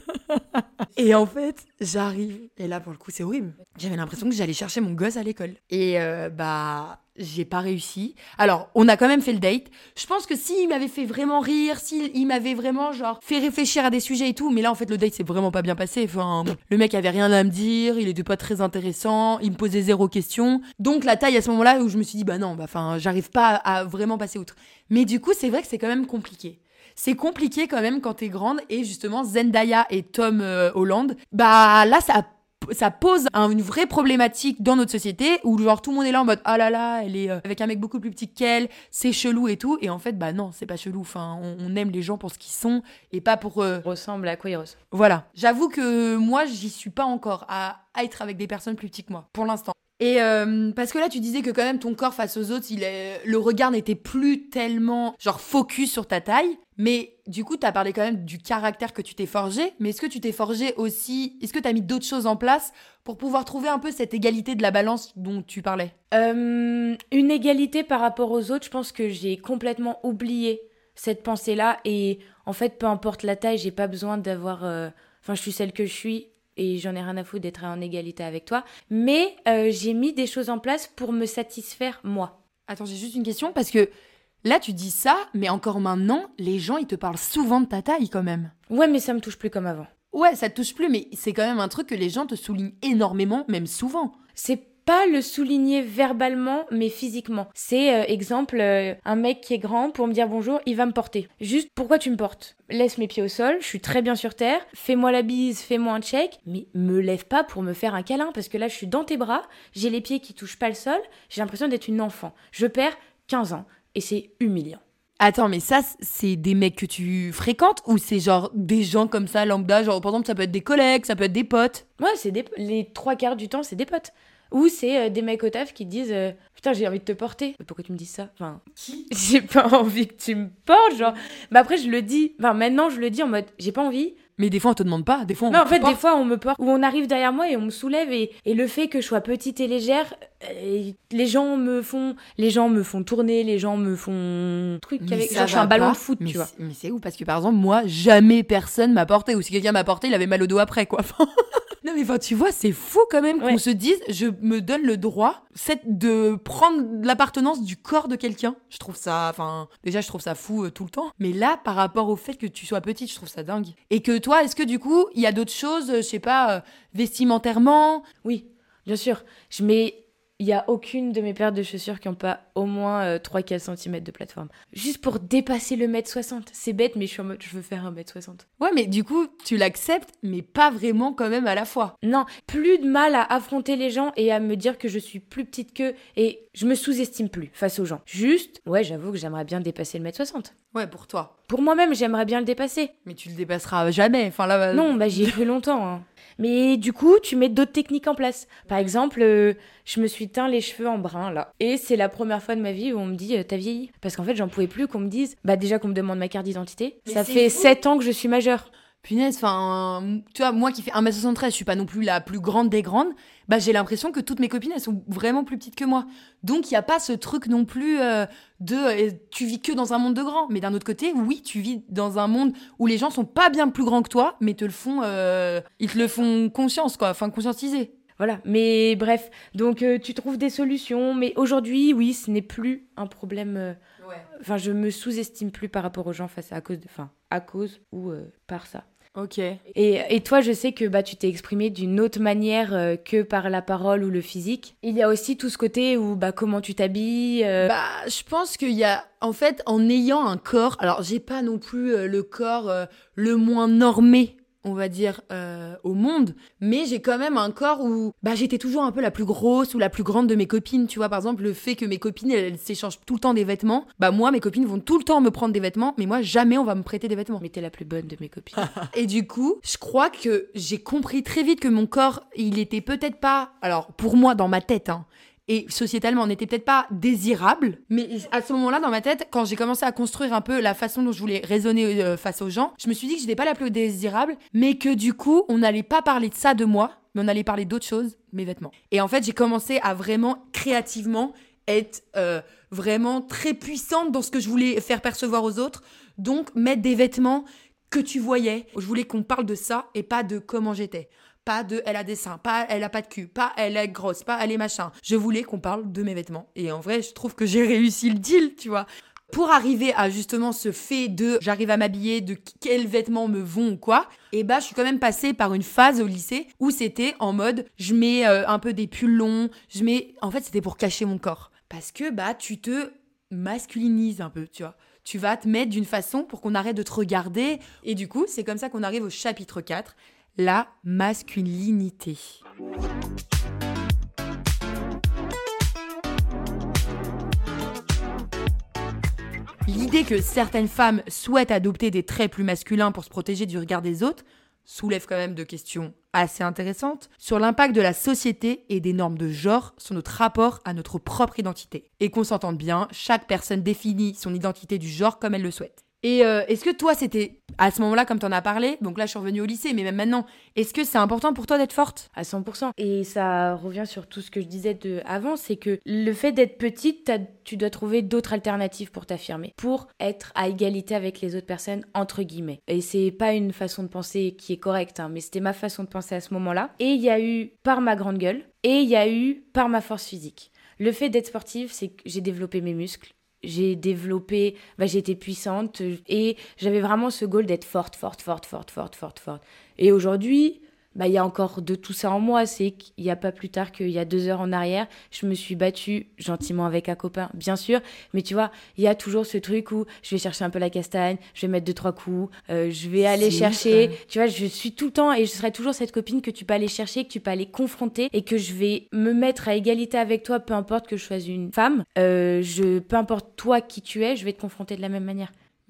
Et en fait, j'arrive. Et là, pour le coup, c'est horrible. J'avais l'impression que j'allais chercher mon gosse à l'école. Et euh, bah... j'ai pas réussi. Alors, on a quand même fait le date. Je pense que s'il m'avait fait vraiment rire, s'il m'avait vraiment, genre, fait réfléchir à des sujets et tout, mais là, en fait, le date s'est vraiment pas bien passé. Enfin, le mec avait rien à me dire, il était pas très intéressant, il me posait zéro question. Donc, la taille, à ce moment-là, où je me suis dit, bah non, bah, enfin, j'arrive pas à, à vraiment passer outre. Mais du coup, c'est vrai que c'est quand même compliqué. C'est compliqué quand même quand t'es grande, et justement, Zendaya et Tom euh, Holland, bah là, ça a ça pose un, une vraie problématique dans notre société où genre tout le monde est là en mode ah là là elle est euh, avec un mec beaucoup plus petit qu'elle, c'est chelou et tout, et en fait bah non c'est pas chelou, enfin on, on aime les gens pour ce qu'ils sont et pas pour euh... ressemble à quoi ils ressemblent. Voilà, j'avoue que moi j'y suis pas encore à, à être avec des personnes plus petites que moi pour l'instant. Et euh, parce que là, tu disais que quand même ton corps face aux autres, il est... le regard n'était plus tellement genre focus sur ta taille. Mais du coup, t'as parlé quand même du caractère que tu t'es forgé. Mais est-ce que tu t'es forgé aussi... Est-ce que t'as mis d'autres choses en place pour pouvoir trouver un peu cette égalité de la balance dont tu parlais ? euh, Une égalité par rapport aux autres, je pense que j'ai complètement oublié cette pensée-là. Et en fait, peu importe la taille, j'ai pas besoin d'avoir... Euh... Enfin, je suis celle que je suis. Et j'en ai rien à foutre d'être en égalité avec toi. Mais euh, j'ai mis des choses en place pour me satisfaire, moi. Attends, j'ai juste une question, parce que là, tu dis ça, mais encore maintenant, les gens, ils te parlent souvent de ta taille, quand même. Ouais, mais ça me touche plus comme avant. Ouais, ça te touche plus, mais c'est quand même un truc que les gens te soulignent énormément, même souvent. C'est pas le souligner verbalement, mais physiquement. C'est, euh, exemple, euh, un mec qui est grand, pour me dire bonjour, il va me porter. Juste, pourquoi tu me portes ? Laisse mes pieds au sol, je suis très bien sur terre, fais-moi la bise, fais-moi un check, mais me lève pas pour me faire un câlin, parce que là, je suis dans tes bras, j'ai les pieds qui touchent pas le sol, j'ai l'impression d'être une enfant. Je perds quinze ans, et c'est humiliant. Attends, mais ça, c'est des mecs que tu fréquentes, ou c'est genre des gens comme ça, lambda, genre par exemple, ça peut être des collègues, ça peut être des potes ? Ouais, c'est des... les trois quarts du temps, c'est des potes. Ou c'est euh, des mecs au taf qui te disent euh, putain, j'ai envie de te porter. Pourquoi tu me dis ça? Enfin, j'ai pas envie que tu me portes, genre. Mais après, je le dis. Enfin, maintenant, je le dis en mode j'ai pas envie. Mais des fois, on te demande pas. Des fois, on Non, en fait, te porte. des fois, on me porte, ou on arrive derrière moi et on me soulève, et, et le fait que je sois petite et légère, et les gens me font, les gens me font tourner, les gens me font truc Mais avec, ça genre, je suis va un ballon pas. de foot, mais tu vois. c'est- Mais c'est ouf parce que par exemple, moi, jamais personne m'a porté. Ou si quelqu'un m'a porté, il avait mal au dos après, quoi. Enfin, non, mais enfin, tu vois, c'est fou quand même qu'on Ouais. se dise, je me donne le droit c'est de prendre l'appartenance du corps de quelqu'un. Je trouve ça, enfin, déjà, je trouve ça fou euh, tout le temps. Mais là, par rapport au fait que tu sois petite, je trouve ça dingue. Et que toi, est-ce que du coup, il y a d'autres choses, euh, je sais pas, euh, vestimentairement? Oui, bien sûr. Je mets, il y a aucune de mes paires de chaussures qui ont pas au moins euh, trois à quatre centimètres de plateforme. Juste pour dépasser le mètre soixante. C'est bête, mais je suis en mode, je veux faire un mètre soixante. Ouais, mais du coup, tu l'acceptes, mais pas vraiment quand même à la fois. Non, plus de mal à affronter les gens et à me dire que je suis plus petite qu'eux, et je me sous-estime plus face aux gens. Juste, ouais, j'avoue que j'aimerais bien dépasser le mètre soixante. Ouais, pour toi. Pour moi-même, j'aimerais bien le dépasser. Mais tu le dépasseras jamais. Enfin là. euh, Non, bah j'y ai cru longtemps. Hein. Mais du coup, tu mets d'autres techniques en place. Par exemple, euh, je me suis teint les cheveux en brun, là. Et c'est la première fois de ma vie où on me dit euh, « t'as vieilli ?» Parce qu'en fait, j'en pouvais plus qu'on me dise... Bah déjà qu'on me demande ma carte d'identité. Mais Ça c'est fait fou. sept ans que je suis majeure. Punaise, enfin, tu vois, moi qui fais un mètre soixante-treize, je suis pas non plus la plus grande des grandes, bah j'ai l'impression que toutes mes copines, elles sont vraiment plus petites que moi. Donc il y a pas ce truc non plus euh, de euh, tu vis que dans un monde de grands. Mais d'un autre côté, oui, tu vis dans un monde où les gens sont pas bien plus grands que toi, mais te le font, euh, ils te le font conscience, quoi, enfin conscientiser. Voilà, mais bref. Donc euh, tu trouves des solutions. Mais aujourd'hui, oui, ce n'est plus un problème... euh, Ouais. Enfin, je me sous-estime plus par rapport aux gens face à, à cause de... Enfin, à cause ou euh, par ça. Ok. Et, et toi, je sais que bah, tu t'es exprimé d'une autre manière euh, que par la parole ou le physique. Il y a aussi tout ce côté où bah, comment tu t'habilles. euh, Bah, je pense qu'il y a, en fait, en ayant un corps, alors j'ai pas non plus euh, le corps euh, le moins normé, on va dire, euh, au monde, mais j'ai quand même un corps où bah, j'étais toujours un peu la plus grosse ou la plus grande de mes copines, tu vois, par exemple, le fait que mes copines, elles, elles s'échangent tout le temps des vêtements, bah moi, mes copines vont tout le temps me prendre des vêtements, mais moi, jamais on va me prêter des vêtements. Mais t'es la plus bonne de mes copines. Et du coup, je crois que j'ai compris très vite que mon corps, il était peut-être pas, alors pour moi dans ma tête, hein, et sociétalement, on n'était peut-être pas désirable, mais à ce moment-là, dans ma tête, quand j'ai commencé à construire un peu la façon dont je voulais raisonner euh, face aux gens, je me suis dit que j'étais pas la plus désirable, mais que du coup, on n'allait pas parler de ça de moi, mais on allait parler d'autre chose, mes vêtements. Et en fait, j'ai commencé à vraiment créativement être euh, vraiment très puissante dans ce que je voulais faire percevoir aux autres, donc mettre des vêtements que tu voyais. Je voulais qu'on parle de ça et pas de comment j'étais. Pas de elle a des seins, pas elle a pas de cul, pas elle est grosse, pas elle est machin. Je voulais qu'on parle de mes vêtements. Et en vrai, je trouve que j'ai réussi le deal, tu vois. Pour arriver à justement ce fait de j'arrive à m'habiller, de quels vêtements me vont ou quoi, et bah je suis quand même passée par une phase au lycée où c'était en mode je mets euh, un peu des pulls longs, je mets... En fait, c'était pour cacher mon corps. Parce que bah tu te masculinises un peu, tu vois. Tu vas te mettre d'une façon pour qu'on arrête de te regarder. Et du coup, c'est comme ça qu'on arrive au chapitre quatre. La masculinité. L'idée que certaines femmes souhaitent adopter des traits plus masculins pour se protéger du regard des autres soulève quand même de questions assez intéressantes sur l'impact de la société et des normes de genre sur notre rapport à notre propre identité. Et qu'on s'entende bien, chaque personne définit son identité du genre comme elle le souhaite. Et euh, est-ce que toi, c'était à ce moment-là, comme t'en as parlé, donc là je suis revenue au lycée, mais même maintenant, est-ce que c'est important pour toi d'être forte ? À cent pour cent. Et ça revient sur tout ce que je disais de avant, c'est que le fait d'être petite, t'as- tu dois trouver d'autres alternatives pour t'affirmer, pour être à égalité avec les autres personnes, entre guillemets. Et c'est pas une façon de penser qui est correcte, hein, mais c'était ma façon de penser à ce moment-là. Et il y a eu par ma grande gueule, et il y a eu par ma force physique. Le fait d'être sportive, c'est que j'ai développé mes muscles. J'ai développé, bah, j'ai été puissante et j'avais vraiment ce goal d'être forte, forte, forte, forte, forte, forte, forte. Et aujourd'hui, bah, il y a encore de tout ça en moi. C'est qu'il n'y a pas plus tard qu'il y a deux heures en arrière, je me suis battue gentiment avec un copain, bien sûr. Mais tu vois, il y a toujours ce truc où je vais chercher un peu la castagne, je vais mettre deux, trois coups, euh, je vais aller C'est chercher. ouf, hein. Tu vois, je suis tout le temps et je serai toujours cette copine que tu peux aller chercher, que tu peux aller confronter et que je vais me mettre à égalité avec toi, peu importe que je sois une femme. Euh, je, peu importe toi qui tu es, je vais te confronter de la même manière.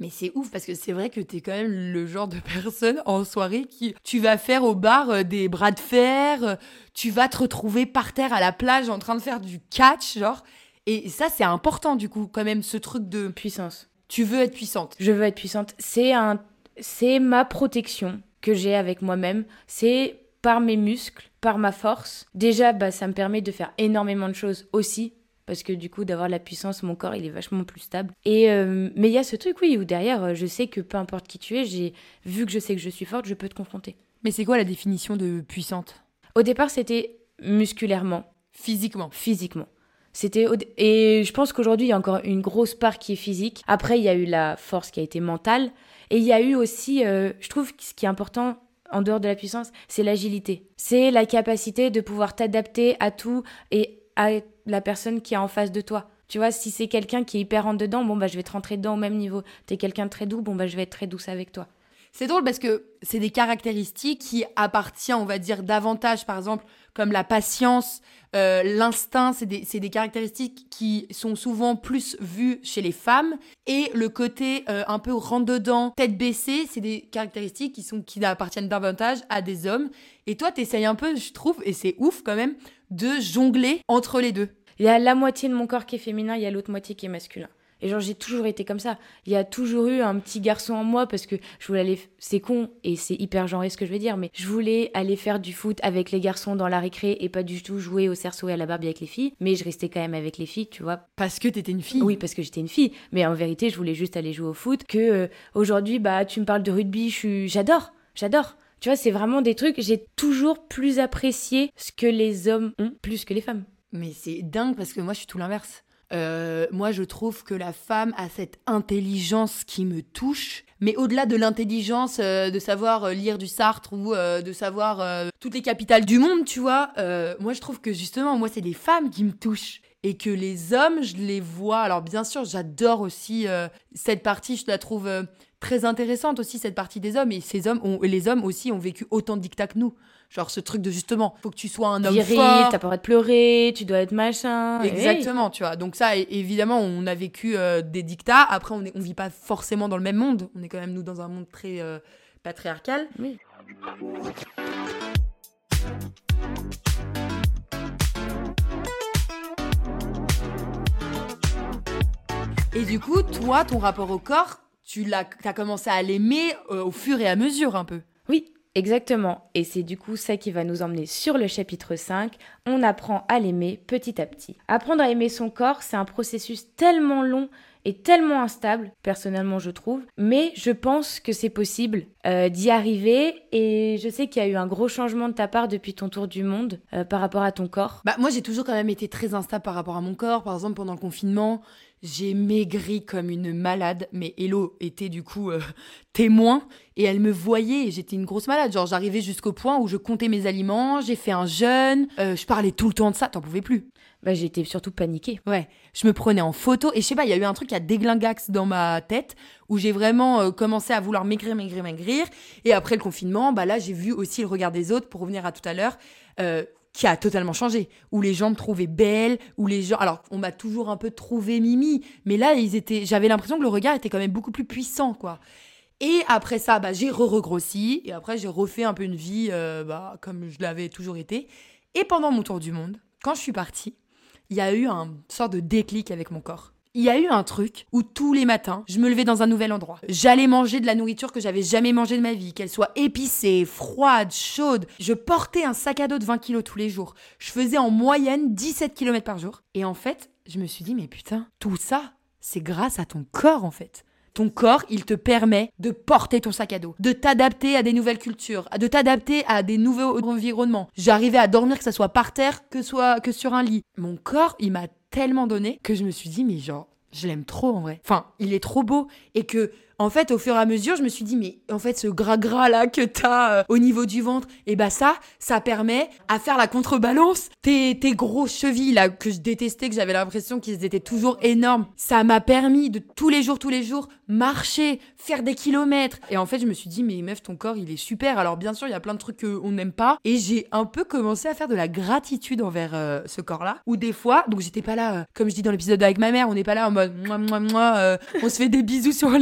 Mais c'est ouf parce que c'est vrai que t'es quand même le genre de personne en soirée qui tu vas faire au bar euh, des bras de fer, euh, tu vas te retrouver par terre à la plage en train de faire du catch, genre. Et ça, c'est important du coup, quand même, ce truc de Puissance. tu veux être puissante. Je veux être puissante. C'est un, c'est ma protection que j'ai avec moi-même. C'est par mes muscles, par ma force. Déjà, bah, ça me permet de faire énormément de choses aussi. Parce que du coup, d'avoir de la puissance, mon corps, il est vachement plus stable. Et euh, mais il y a ce truc, oui, où derrière, je sais que peu importe qui tu es, j'ai vu que je sais que je suis forte, je peux te confronter. Mais c'est quoi la définition de puissante ? Au départ, c'était musculairement, Physiquement. physiquement. C'était au dé- Et je pense qu'aujourd'hui, il y a encore une grosse part qui est physique. Après, il y a eu la force qui a été mentale. Et il y a eu aussi, euh, je trouve que ce qui est important, en dehors de la puissance, c'est l'agilité. C'est la capacité de pouvoir t'adapter à tout et à la personne qui est en face de toi. Tu vois, si c'est quelqu'un qui est hyper rentre dedans, bon bah je vais te rentrer dedans au même niveau. T'es quelqu'un de très doux, bon bah je vais être très douce avec toi. C'est drôle parce que c'est des caractéristiques qui appartiennent, on va dire, davantage, par exemple, comme la patience, euh, l'instinct, c'est des, c'est des caractéristiques qui sont souvent plus vues chez les femmes. Et le côté euh, un peu rentre-dedans, tête baissée, c'est des caractéristiques qui, sont, qui appartiennent davantage à des hommes. Et toi, t'essayes un peu, je trouve, et c'est ouf quand même, de jongler entre les deux. Il y a la moitié de mon corps qui est féminin, il y a l'autre moitié qui est masculin. Et genre, j'ai toujours été comme ça. Il y a toujours eu un petit garçon en moi parce que je voulais aller... C'est con et c'est hyper genré ce que je vais dire, mais je voulais aller faire du foot avec les garçons dans la récré et pas du tout jouer au cerceau et à la Barbie avec les filles. Mais je restais quand même avec les filles, tu vois. Parce que t'étais une fille. Oui, parce que j'étais une fille. Mais en vérité, je voulais juste aller jouer au foot. Que euh, aujourd'hui, bah, tu me parles de rugby, je suis... j'adore. J'adore. Tu vois, c'est vraiment des trucs... J'ai toujours plus apprécié ce que les hommes ont plus que les femmes. Mais c'est dingue parce que moi, je suis tout l'inverse. Euh, moi, je trouve que la femme a cette intelligence qui me touche. Mais au-delà de l'intelligence euh, de savoir euh, lire du Sartre ou euh, de savoir euh, toutes les capitales du monde, tu vois, euh, moi, je trouve que justement, moi, c'est les femmes qui me touchent. Et que les hommes, je les vois... Alors, bien sûr, j'adore aussi euh, cette partie, je la trouve euh, très intéressante aussi, cette partie des hommes. Et ces hommes ont, et les hommes aussi ont vécu autant de dictats que nous. Genre ce truc de justement, faut que tu sois un homme Viril, fort. t'as pas le droit de pleurer, tu dois être machin. Exactement, hey. Tu vois. Donc ça, évidemment, on a vécu euh, des dictats. Après, on est, on vit pas forcément dans le même monde. On est quand même, nous, dans un monde très euh, patriarcal. Oui. Et du coup, toi, ton rapport au corps, tu l'as, t'as commencé à l'aimer euh, au fur et à mesure un peu. Oui, exactement. Et c'est du coup ça qui va nous emmener sur le chapitre cinq. On apprend à l'aimer petit à petit. Apprendre à aimer son corps, c'est un processus tellement long et tellement instable, personnellement je trouve. Mais je pense que c'est possible euh, d'y arriver. Et je sais qu'il y a eu un gros changement de ta part depuis ton tour du monde euh, par rapport à ton corps. Bah moi j'ai toujours quand même été très instable par rapport à mon corps. Par exemple pendant le confinement, j'ai maigri comme une malade, mais Hello était du coup euh, témoin et elle me voyait et j'étais une grosse malade. Genre j'arrivais jusqu'au point où je comptais mes aliments, j'ai fait un jeûne, euh, je parlais tout le temps de ça, t'en pouvais plus. Bah j'étais surtout paniquée. Ouais, je me prenais en photo et je sais pas, il y a eu un truc qui a déglingax dans ma tête où j'ai vraiment euh, commencé à vouloir maigrir, maigrir, maigrir. Et après le confinement, bah là j'ai vu aussi le regard des autres, pour revenir à tout à l'heure, euh, qui a totalement changé, où les gens me trouvaient belle, où les gens... Alors, on m'a toujours un peu trouvé mimi, mais là, ils étaient... j'avais l'impression que le regard était quand même beaucoup plus puissant, quoi. Et après ça, bah, j'ai re-regrossi, et après, j'ai refait un peu une vie euh, bah, comme je l'avais toujours été. Et pendant mon tour du monde, quand je suis partie, il y a eu un sorte de déclic avec mon corps. Il y a eu un truc où tous les matins, je me levais dans un nouvel endroit. J'allais manger de la nourriture que j'avais jamais mangée de ma vie, qu'elle soit épicée, froide, chaude. Je portais un sac à dos de vingt kilos tous les jours. Je faisais en moyenne dix-sept kilomètres par jour. Et en fait, je me suis dit, mais putain, tout ça, c'est grâce à ton corps en fait. Ton corps, il te permet de porter ton sac à dos, de t'adapter à des nouvelles cultures, de t'adapter à des nouveaux environnements. J'arrivais à dormir, que ça soit par terre, que soit que sur un lit. Mon corps, il m'a tellement donné que je me suis dit, mais genre, je l'aime trop en vrai. Enfin, il est trop beau. Et que, en fait, au fur et à mesure, je me suis dit, mais en fait, ce gras-gras là que t'as euh, au niveau du ventre, et bah ça, ça permet à faire la contrebalance. Tes, tes gros chevilles là, que je détestais, que j'avais l'impression qu'ils étaient toujours énormes, ça m'a permis de tous les jours, tous les jours, marcher, faire des kilomètres. Et en fait, je me suis dit, mais meuf, ton corps, il est super. Alors bien sûr, il y a plein de trucs qu'on n'aime pas. Et j'ai un peu commencé à faire de la gratitude envers euh, ce corps-là. Ou des fois, donc j'étais pas là, euh, comme je dis dans l'épisode avec ma mère, on n'est pas là en mode, moi, moi, moi, euh, on se fait des bisous sur les mains, tu vois.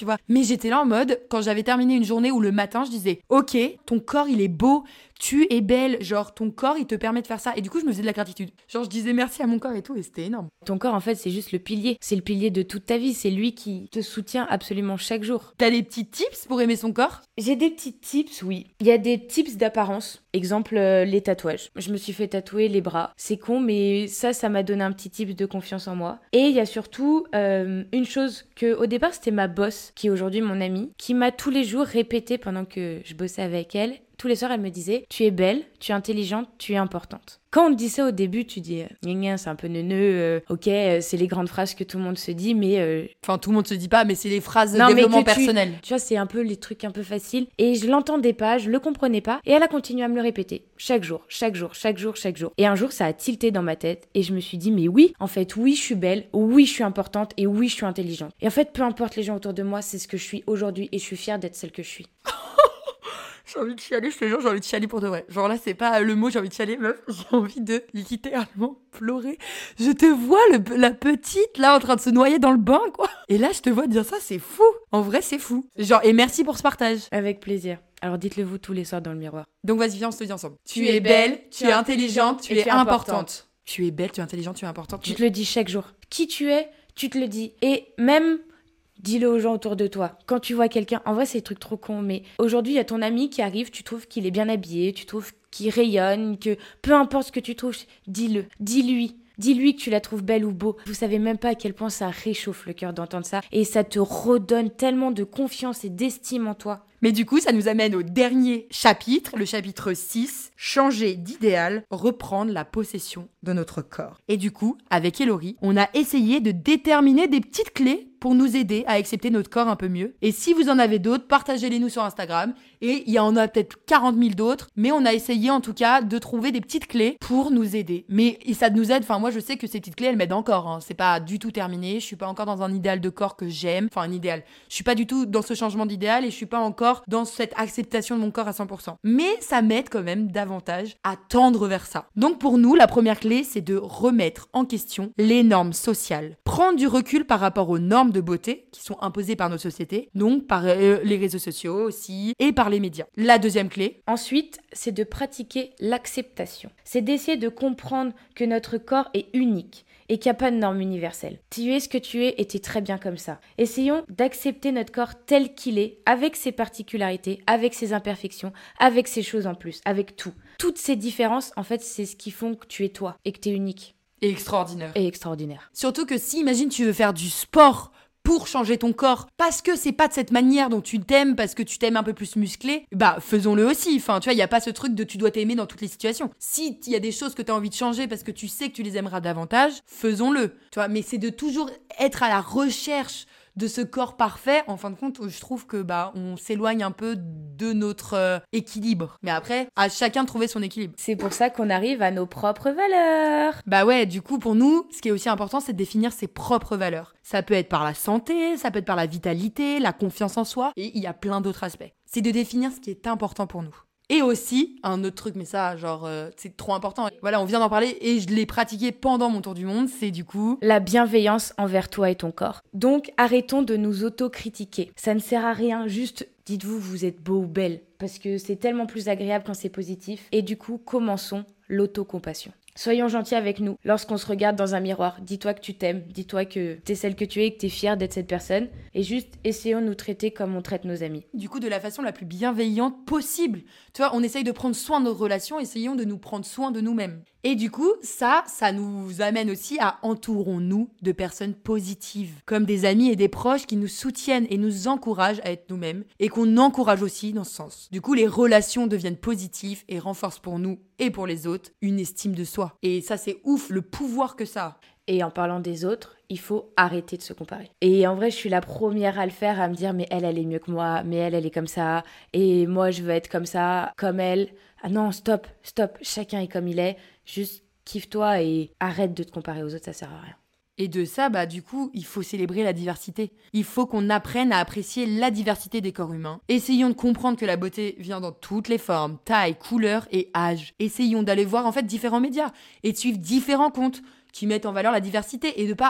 vois. Mais j'étais là en mode, quand j'avais terminé une journée où le matin, je disais, ok, ton corps, il est beau, tu es belle, genre ton corps, il te permet de faire ça. Et du coup, je me faisais de la gratitude. Genre, je disais merci à mon corps et tout, et c'était énorme. Ton corps, en fait, c'est juste le pilier. C'est le pilier de toute ta vie. C'est lui qui te soutient absolument chaque jour. T'as des petits tips pour aimer son corps ? J'ai des petits tips, oui. Il y a des tips d'apparence. Exemple, euh, les tatouages. Je me suis fait tatouer les bras. C'est con, mais ça, ça m'a donné un petit tips de confiance en moi. Et il y a surtout euh, une chose que, au départ, c'était ma boss, qui est aujourd'hui mon amie, qui m'a tous les jours répété pendant que je bossais avec elle. Tous les soirs, elle me disait « Tu es belle, tu es intelligente, tu es importante ». Quand on te dit ça au début, tu dis « Gna gna, c'est un peu neuneux, euh, ok, euh, c'est les grandes phrases que tout le monde se dit, mais... Euh... » Enfin, tout le monde se dit pas, mais c'est les phrases de non, développement mais tu, personnel. Tu vois, c'est un peu les trucs un peu faciles. Et je l'entendais pas, je le comprenais pas. Et elle a continué à me le répéter. Chaque jour, chaque jour, chaque jour, chaque jour. Et un jour, ça a tilté dans ma tête. Et je me suis dit « Mais oui, en fait, oui, je suis belle, oui, je suis importante, et oui, je suis intelligente. » Et en fait, peu importe les gens autour de moi, c'est ce que je suis aujourd'hui. Et je suis fière d'être celle que je suis. J'ai envie de chialer, je te jure, j'ai envie de chialer pour de vrai. Genre là, c'est pas le mot, j'ai envie de chialer, meuf. J'ai envie de littéralement pleurer. Je te vois, le, la petite, là, en train de se noyer dans le bain, quoi. Et là, je te vois dire ça, c'est fou. En vrai, c'est fou. Genre, et merci pour ce partage. Avec plaisir. Alors dites-le vous tous les soirs dans le miroir. Donc vas-y, viens, on se le dit ensemble. Tu, tu es belle, tu es intelligente, tu es importante. importante. Tu es belle, tu es intelligente, tu es importante. Tu te le dis chaque jour. Qui tu es, tu te le dis. Et même... dis-le aux gens autour de toi. Quand tu vois quelqu'un, en vrai, c'est des trucs trop cons, mais aujourd'hui, il y a ton ami qui arrive, tu trouves qu'il est bien habillé, tu trouves qu'il rayonne, que peu importe ce que tu trouves, dis-le, dis-lui. Dis-lui que tu la trouves belle ou beau. Vous savez même pas à quel point ça réchauffe le cœur d'entendre ça. Et ça te redonne tellement de confiance et d'estime en toi. Mais du coup, ça nous amène au dernier chapitre, le chapitre six, changer d'idéal, reprendre la possession de notre corps. Et du coup, avec Hélory, on a essayé de déterminer des petites clés pour nous aider à accepter notre corps un peu mieux. Et si vous en avez d'autres, partagez-les nous sur Instagram. Et il y en a peut-être quarante mille d'autres, mais on a essayé en tout cas de trouver des petites clés pour nous aider. Mais et ça nous aide, enfin moi je sais que ces petites clés, elles m'aident encore. Hein. C'est pas du tout terminé, je suis pas encore dans un idéal de corps que j'aime. Enfin un idéal. Je suis pas du tout dans ce changement d'idéal et je suis pas encore dans cette acceptation de mon corps à cent pour cent. Mais ça m'aide quand même davantage à tendre vers ça. Donc pour nous, la première clé, c'est de remettre en question les normes sociales. Prendre du recul par rapport aux normes de beauté qui sont imposées par notre société, donc par euh, les réseaux sociaux aussi, et par les médias. La deuxième clé. Ensuite, c'est de pratiquer l'acceptation. C'est d'essayer de comprendre que notre corps est unique et qu'il n'y a pas de norme universelle. Tu es ce que tu es et tu es très bien comme ça. Essayons d'accepter notre corps tel qu'il est, avec ses particularités, avec ses imperfections, avec ses choses en plus, avec tout. Toutes ces différences, en fait, c'est ce qui font que tu es toi et que tu es unique. Et extraordinaire. Et extraordinaire. Surtout que si, imagine, tu veux faire du sport pour changer ton corps, parce que c'est pas de cette manière dont tu t'aimes, parce que tu t'aimes un peu plus musclé, bah faisons-le aussi. Enfin, tu vois, il y a pas ce truc de tu dois t'aimer dans toutes les situations. Si il y a des choses que tu as envie de changer parce que tu sais que tu les aimeras davantage, faisons-le. Tu vois, mais c'est de toujours être à la recherche de ce corps parfait. En fin de compte, je trouve que bah on s'éloigne un peu de notre euh, équilibre. Mais après, à chacun de trouver son équilibre. C'est pour ça qu'on arrive à nos propres valeurs. Bah ouais, du coup, pour nous, ce qui est aussi important, c'est de définir ses propres valeurs. Ça peut être par la santé, ça peut être par la vitalité, la confiance en soi, et il y a plein d'autres aspects. C'est de définir ce qui est important pour nous. Et aussi, un autre truc, mais ça, genre, euh, c'est trop important. Voilà, on vient d'en parler et je l'ai pratiqué pendant mon tour du monde, c'est du coup... la bienveillance envers toi et ton corps. Donc, arrêtons de nous auto-critiquer. Ça ne sert à rien, juste dites-vous vous êtes beau ou belle, parce que c'est tellement plus agréable quand c'est positif. Et du coup, commençons l'autocompassion. Soyons gentils avec nous. Lorsqu'on se regarde dans un miroir, dis-toi que tu t'aimes, dis-toi que t'es celle que tu es et que t'es fière d'être cette personne. Et juste, essayons de nous traiter comme on traite nos amis. Du coup, de la façon la plus bienveillante possible. Tu vois, on essaye de prendre soin de nos relations, essayons de nous prendre soin de nous-mêmes. Et du coup, ça, ça nous amène aussi à entourons-nous de personnes positives, comme des amis et des proches qui nous soutiennent et nous encouragent à être nous-mêmes et qu'on encourage aussi dans ce sens. Du coup, les relations deviennent positives et renforcent pour nous et pour les autres une estime de soi. Et ça, c'est ouf, le pouvoir que ça a. Et en parlant des autres, il faut arrêter de se comparer. Et en vrai, je suis la première à le faire, à me dire « mais elle, elle est mieux que moi, mais elle, elle est comme ça, et moi, je veux être comme ça, comme elle. » Ah non, stop, stop, chacun est comme il est, juste kiffe-toi et arrête de te comparer aux autres, ça sert à rien. Et de ça, bah du coup, il faut célébrer la diversité. Il faut qu'on apprenne à apprécier la diversité des corps humains. Essayons de comprendre que la beauté vient dans toutes les formes, tailles, couleurs et âges. Essayons d'aller voir en fait différents médias et de suivre différents comptes qui mettent en valeur la diversité et de pas de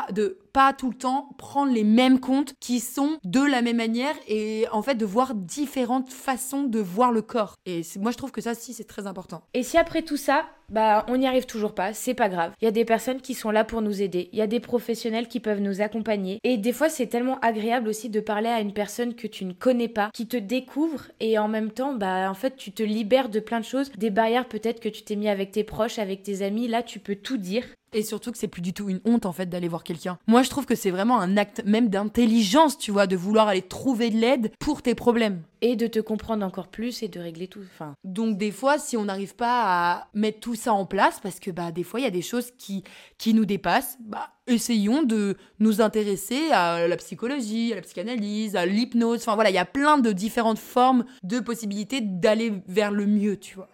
pas tout le temps prendre les mêmes comptes qui sont de la même manière et en fait de voir différentes façons de voir le corps. Et c'est, moi je trouve que ça si c'est très important. Et si après tout ça, bah on n'y arrive toujours pas, c'est pas grave. Il y a des personnes qui sont là pour nous aider, il y a des professionnels qui peuvent nous accompagner. Et des fois c'est tellement agréable aussi de parler à une personne que tu ne connais pas, qui te découvre et en même temps, bah en fait tu te libères de plein de choses, des barrières peut-être que tu t'es mis avec tes proches, avec tes amis, là tu peux tout dire. Et surtout que c'est plus du tout une honte en fait d'aller voir quelqu'un. Moi je trouve que c'est vraiment un acte même d'intelligence, tu vois, de vouloir aller trouver de l'aide pour tes problèmes. Et de te comprendre encore plus et de régler tout. Enfin. Donc des fois, si on n'arrive pas à mettre tout ça en place, parce que bah des fois il y a des choses qui, qui nous dépassent, bah essayons de nous intéresser à la psychologie, à la psychanalyse, à l'hypnose. Enfin voilà, il y a plein de différentes formes de possibilités d'aller vers le mieux, tu vois.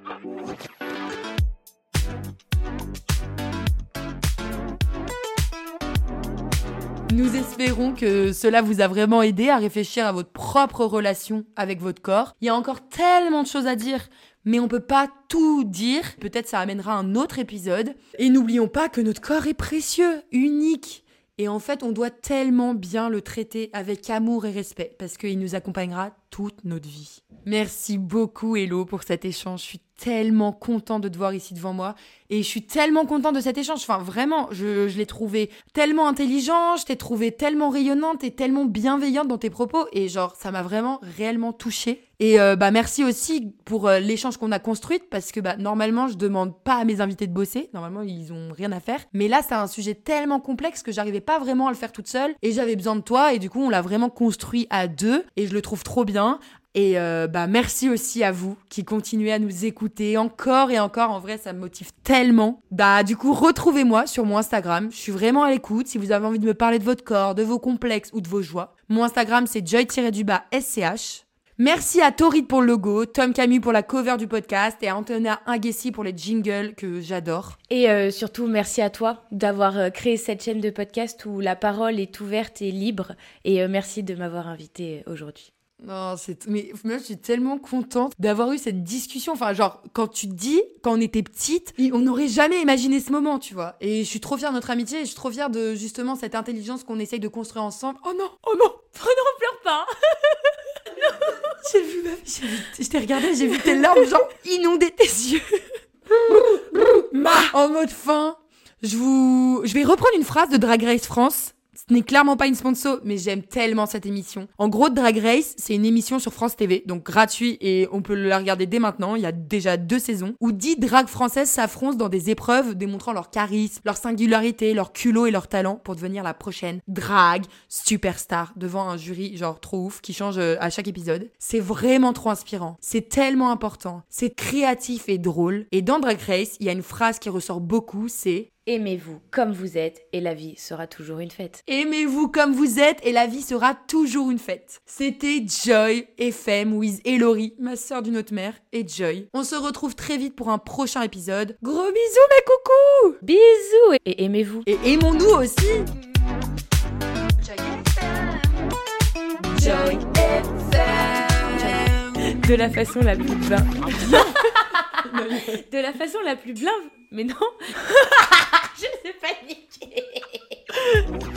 Nous espérons que cela vous a vraiment aidé à réfléchir à votre propre relation avec votre corps. Il y a encore tellement de choses à dire, mais on peut pas tout dire. Peut-être ça amènera un autre épisode. Et n'oublions pas que notre corps est précieux, unique. Et en fait, on doit tellement bien le traiter avec amour et respect, parce qu'il nous accompagnera toute notre vie. Merci beaucoup Hello pour cet échange. Je suis tellement contente de te voir ici devant moi. Et je suis tellement contente de cet échange. Enfin, vraiment, je, je l'ai trouvé tellement intelligent, je t'ai trouvé tellement rayonnante et tellement bienveillante dans tes propos. Et genre, ça m'a vraiment réellement touchée. Et euh, bah merci aussi pour euh, l'échange qu'on a construit, parce que bah normalement, je demande pas à mes invités de bosser. Normalement, ils ont rien à faire. Mais là, c'est un sujet tellement complexe que j'arrivais pas vraiment à le faire toute seule. Et j'avais besoin de toi. Et du coup, on l'a vraiment construit à deux. Et je le trouve trop bien. Et euh, bah merci aussi à vous qui continuez à nous écouter encore et encore. En vrai, ça me motive tellement. Bah du coup, retrouvez-moi sur mon Instagram. Je suis vraiment à l'écoute. Si vous avez envie de me parler de votre corps, de vos complexes ou de vos joies, mon Instagram c'est joy-du-bas sch. Merci à Torrid pour le logo, Tom Camus pour la cover du podcast et à Antonia Inguessi pour les jingles que j'adore. Et euh, surtout, merci à toi d'avoir euh, créé cette chaîne de podcast où la parole est ouverte et libre. Et euh, merci de m'avoir invitée aujourd'hui. Non, c'est mais moi je suis tellement contente d'avoir eu cette discussion. Enfin, genre quand tu te dis, quand on était petite, on n'aurait jamais imaginé ce moment, tu vois. Et je suis trop fière de notre amitié et je suis trop fière de justement cette intelligence qu'on essaye de construire ensemble. Oh non, oh non, oh non, pleure pas. J'ai vu ma, j'ai vu, je t'ai regardé, j'ai vu tes larmes genre inonder tes yeux. En mode fin, je vous, je vais reprendre une phrase de Drag Race France. Ce n'est clairement pas une sponsor, mais j'aime tellement cette émission. En gros, Drag Race, c'est une émission sur France T V, donc gratuit et on peut la regarder dès maintenant. Il y a déjà deux saisons où dix dragues françaises s'affrontent dans des épreuves démontrant leur charisme, leur singularité, leur culot et leur talent pour devenir la prochaine drague superstar devant un jury genre trop ouf qui change à chaque épisode. C'est vraiment trop inspirant. C'est tellement important. C'est créatif et drôle. Et dans Drag Race, il y a une phrase qui ressort beaucoup, c'est aimez-vous comme vous êtes et la vie sera toujours une fête. Aimez-vous comme vous êtes et la vie sera toujours une fête. C'était Joy F M with Elori, ma sœur d'une autre mère, et Joy. On se retrouve très vite pour un prochain épisode. Gros bisous mes coucous. Bisous et aimez-vous. Et aimons-nous aussi. Joy F M. De la façon la plus blin. De la façon la plus blin. Mais non. Je sais paniquer.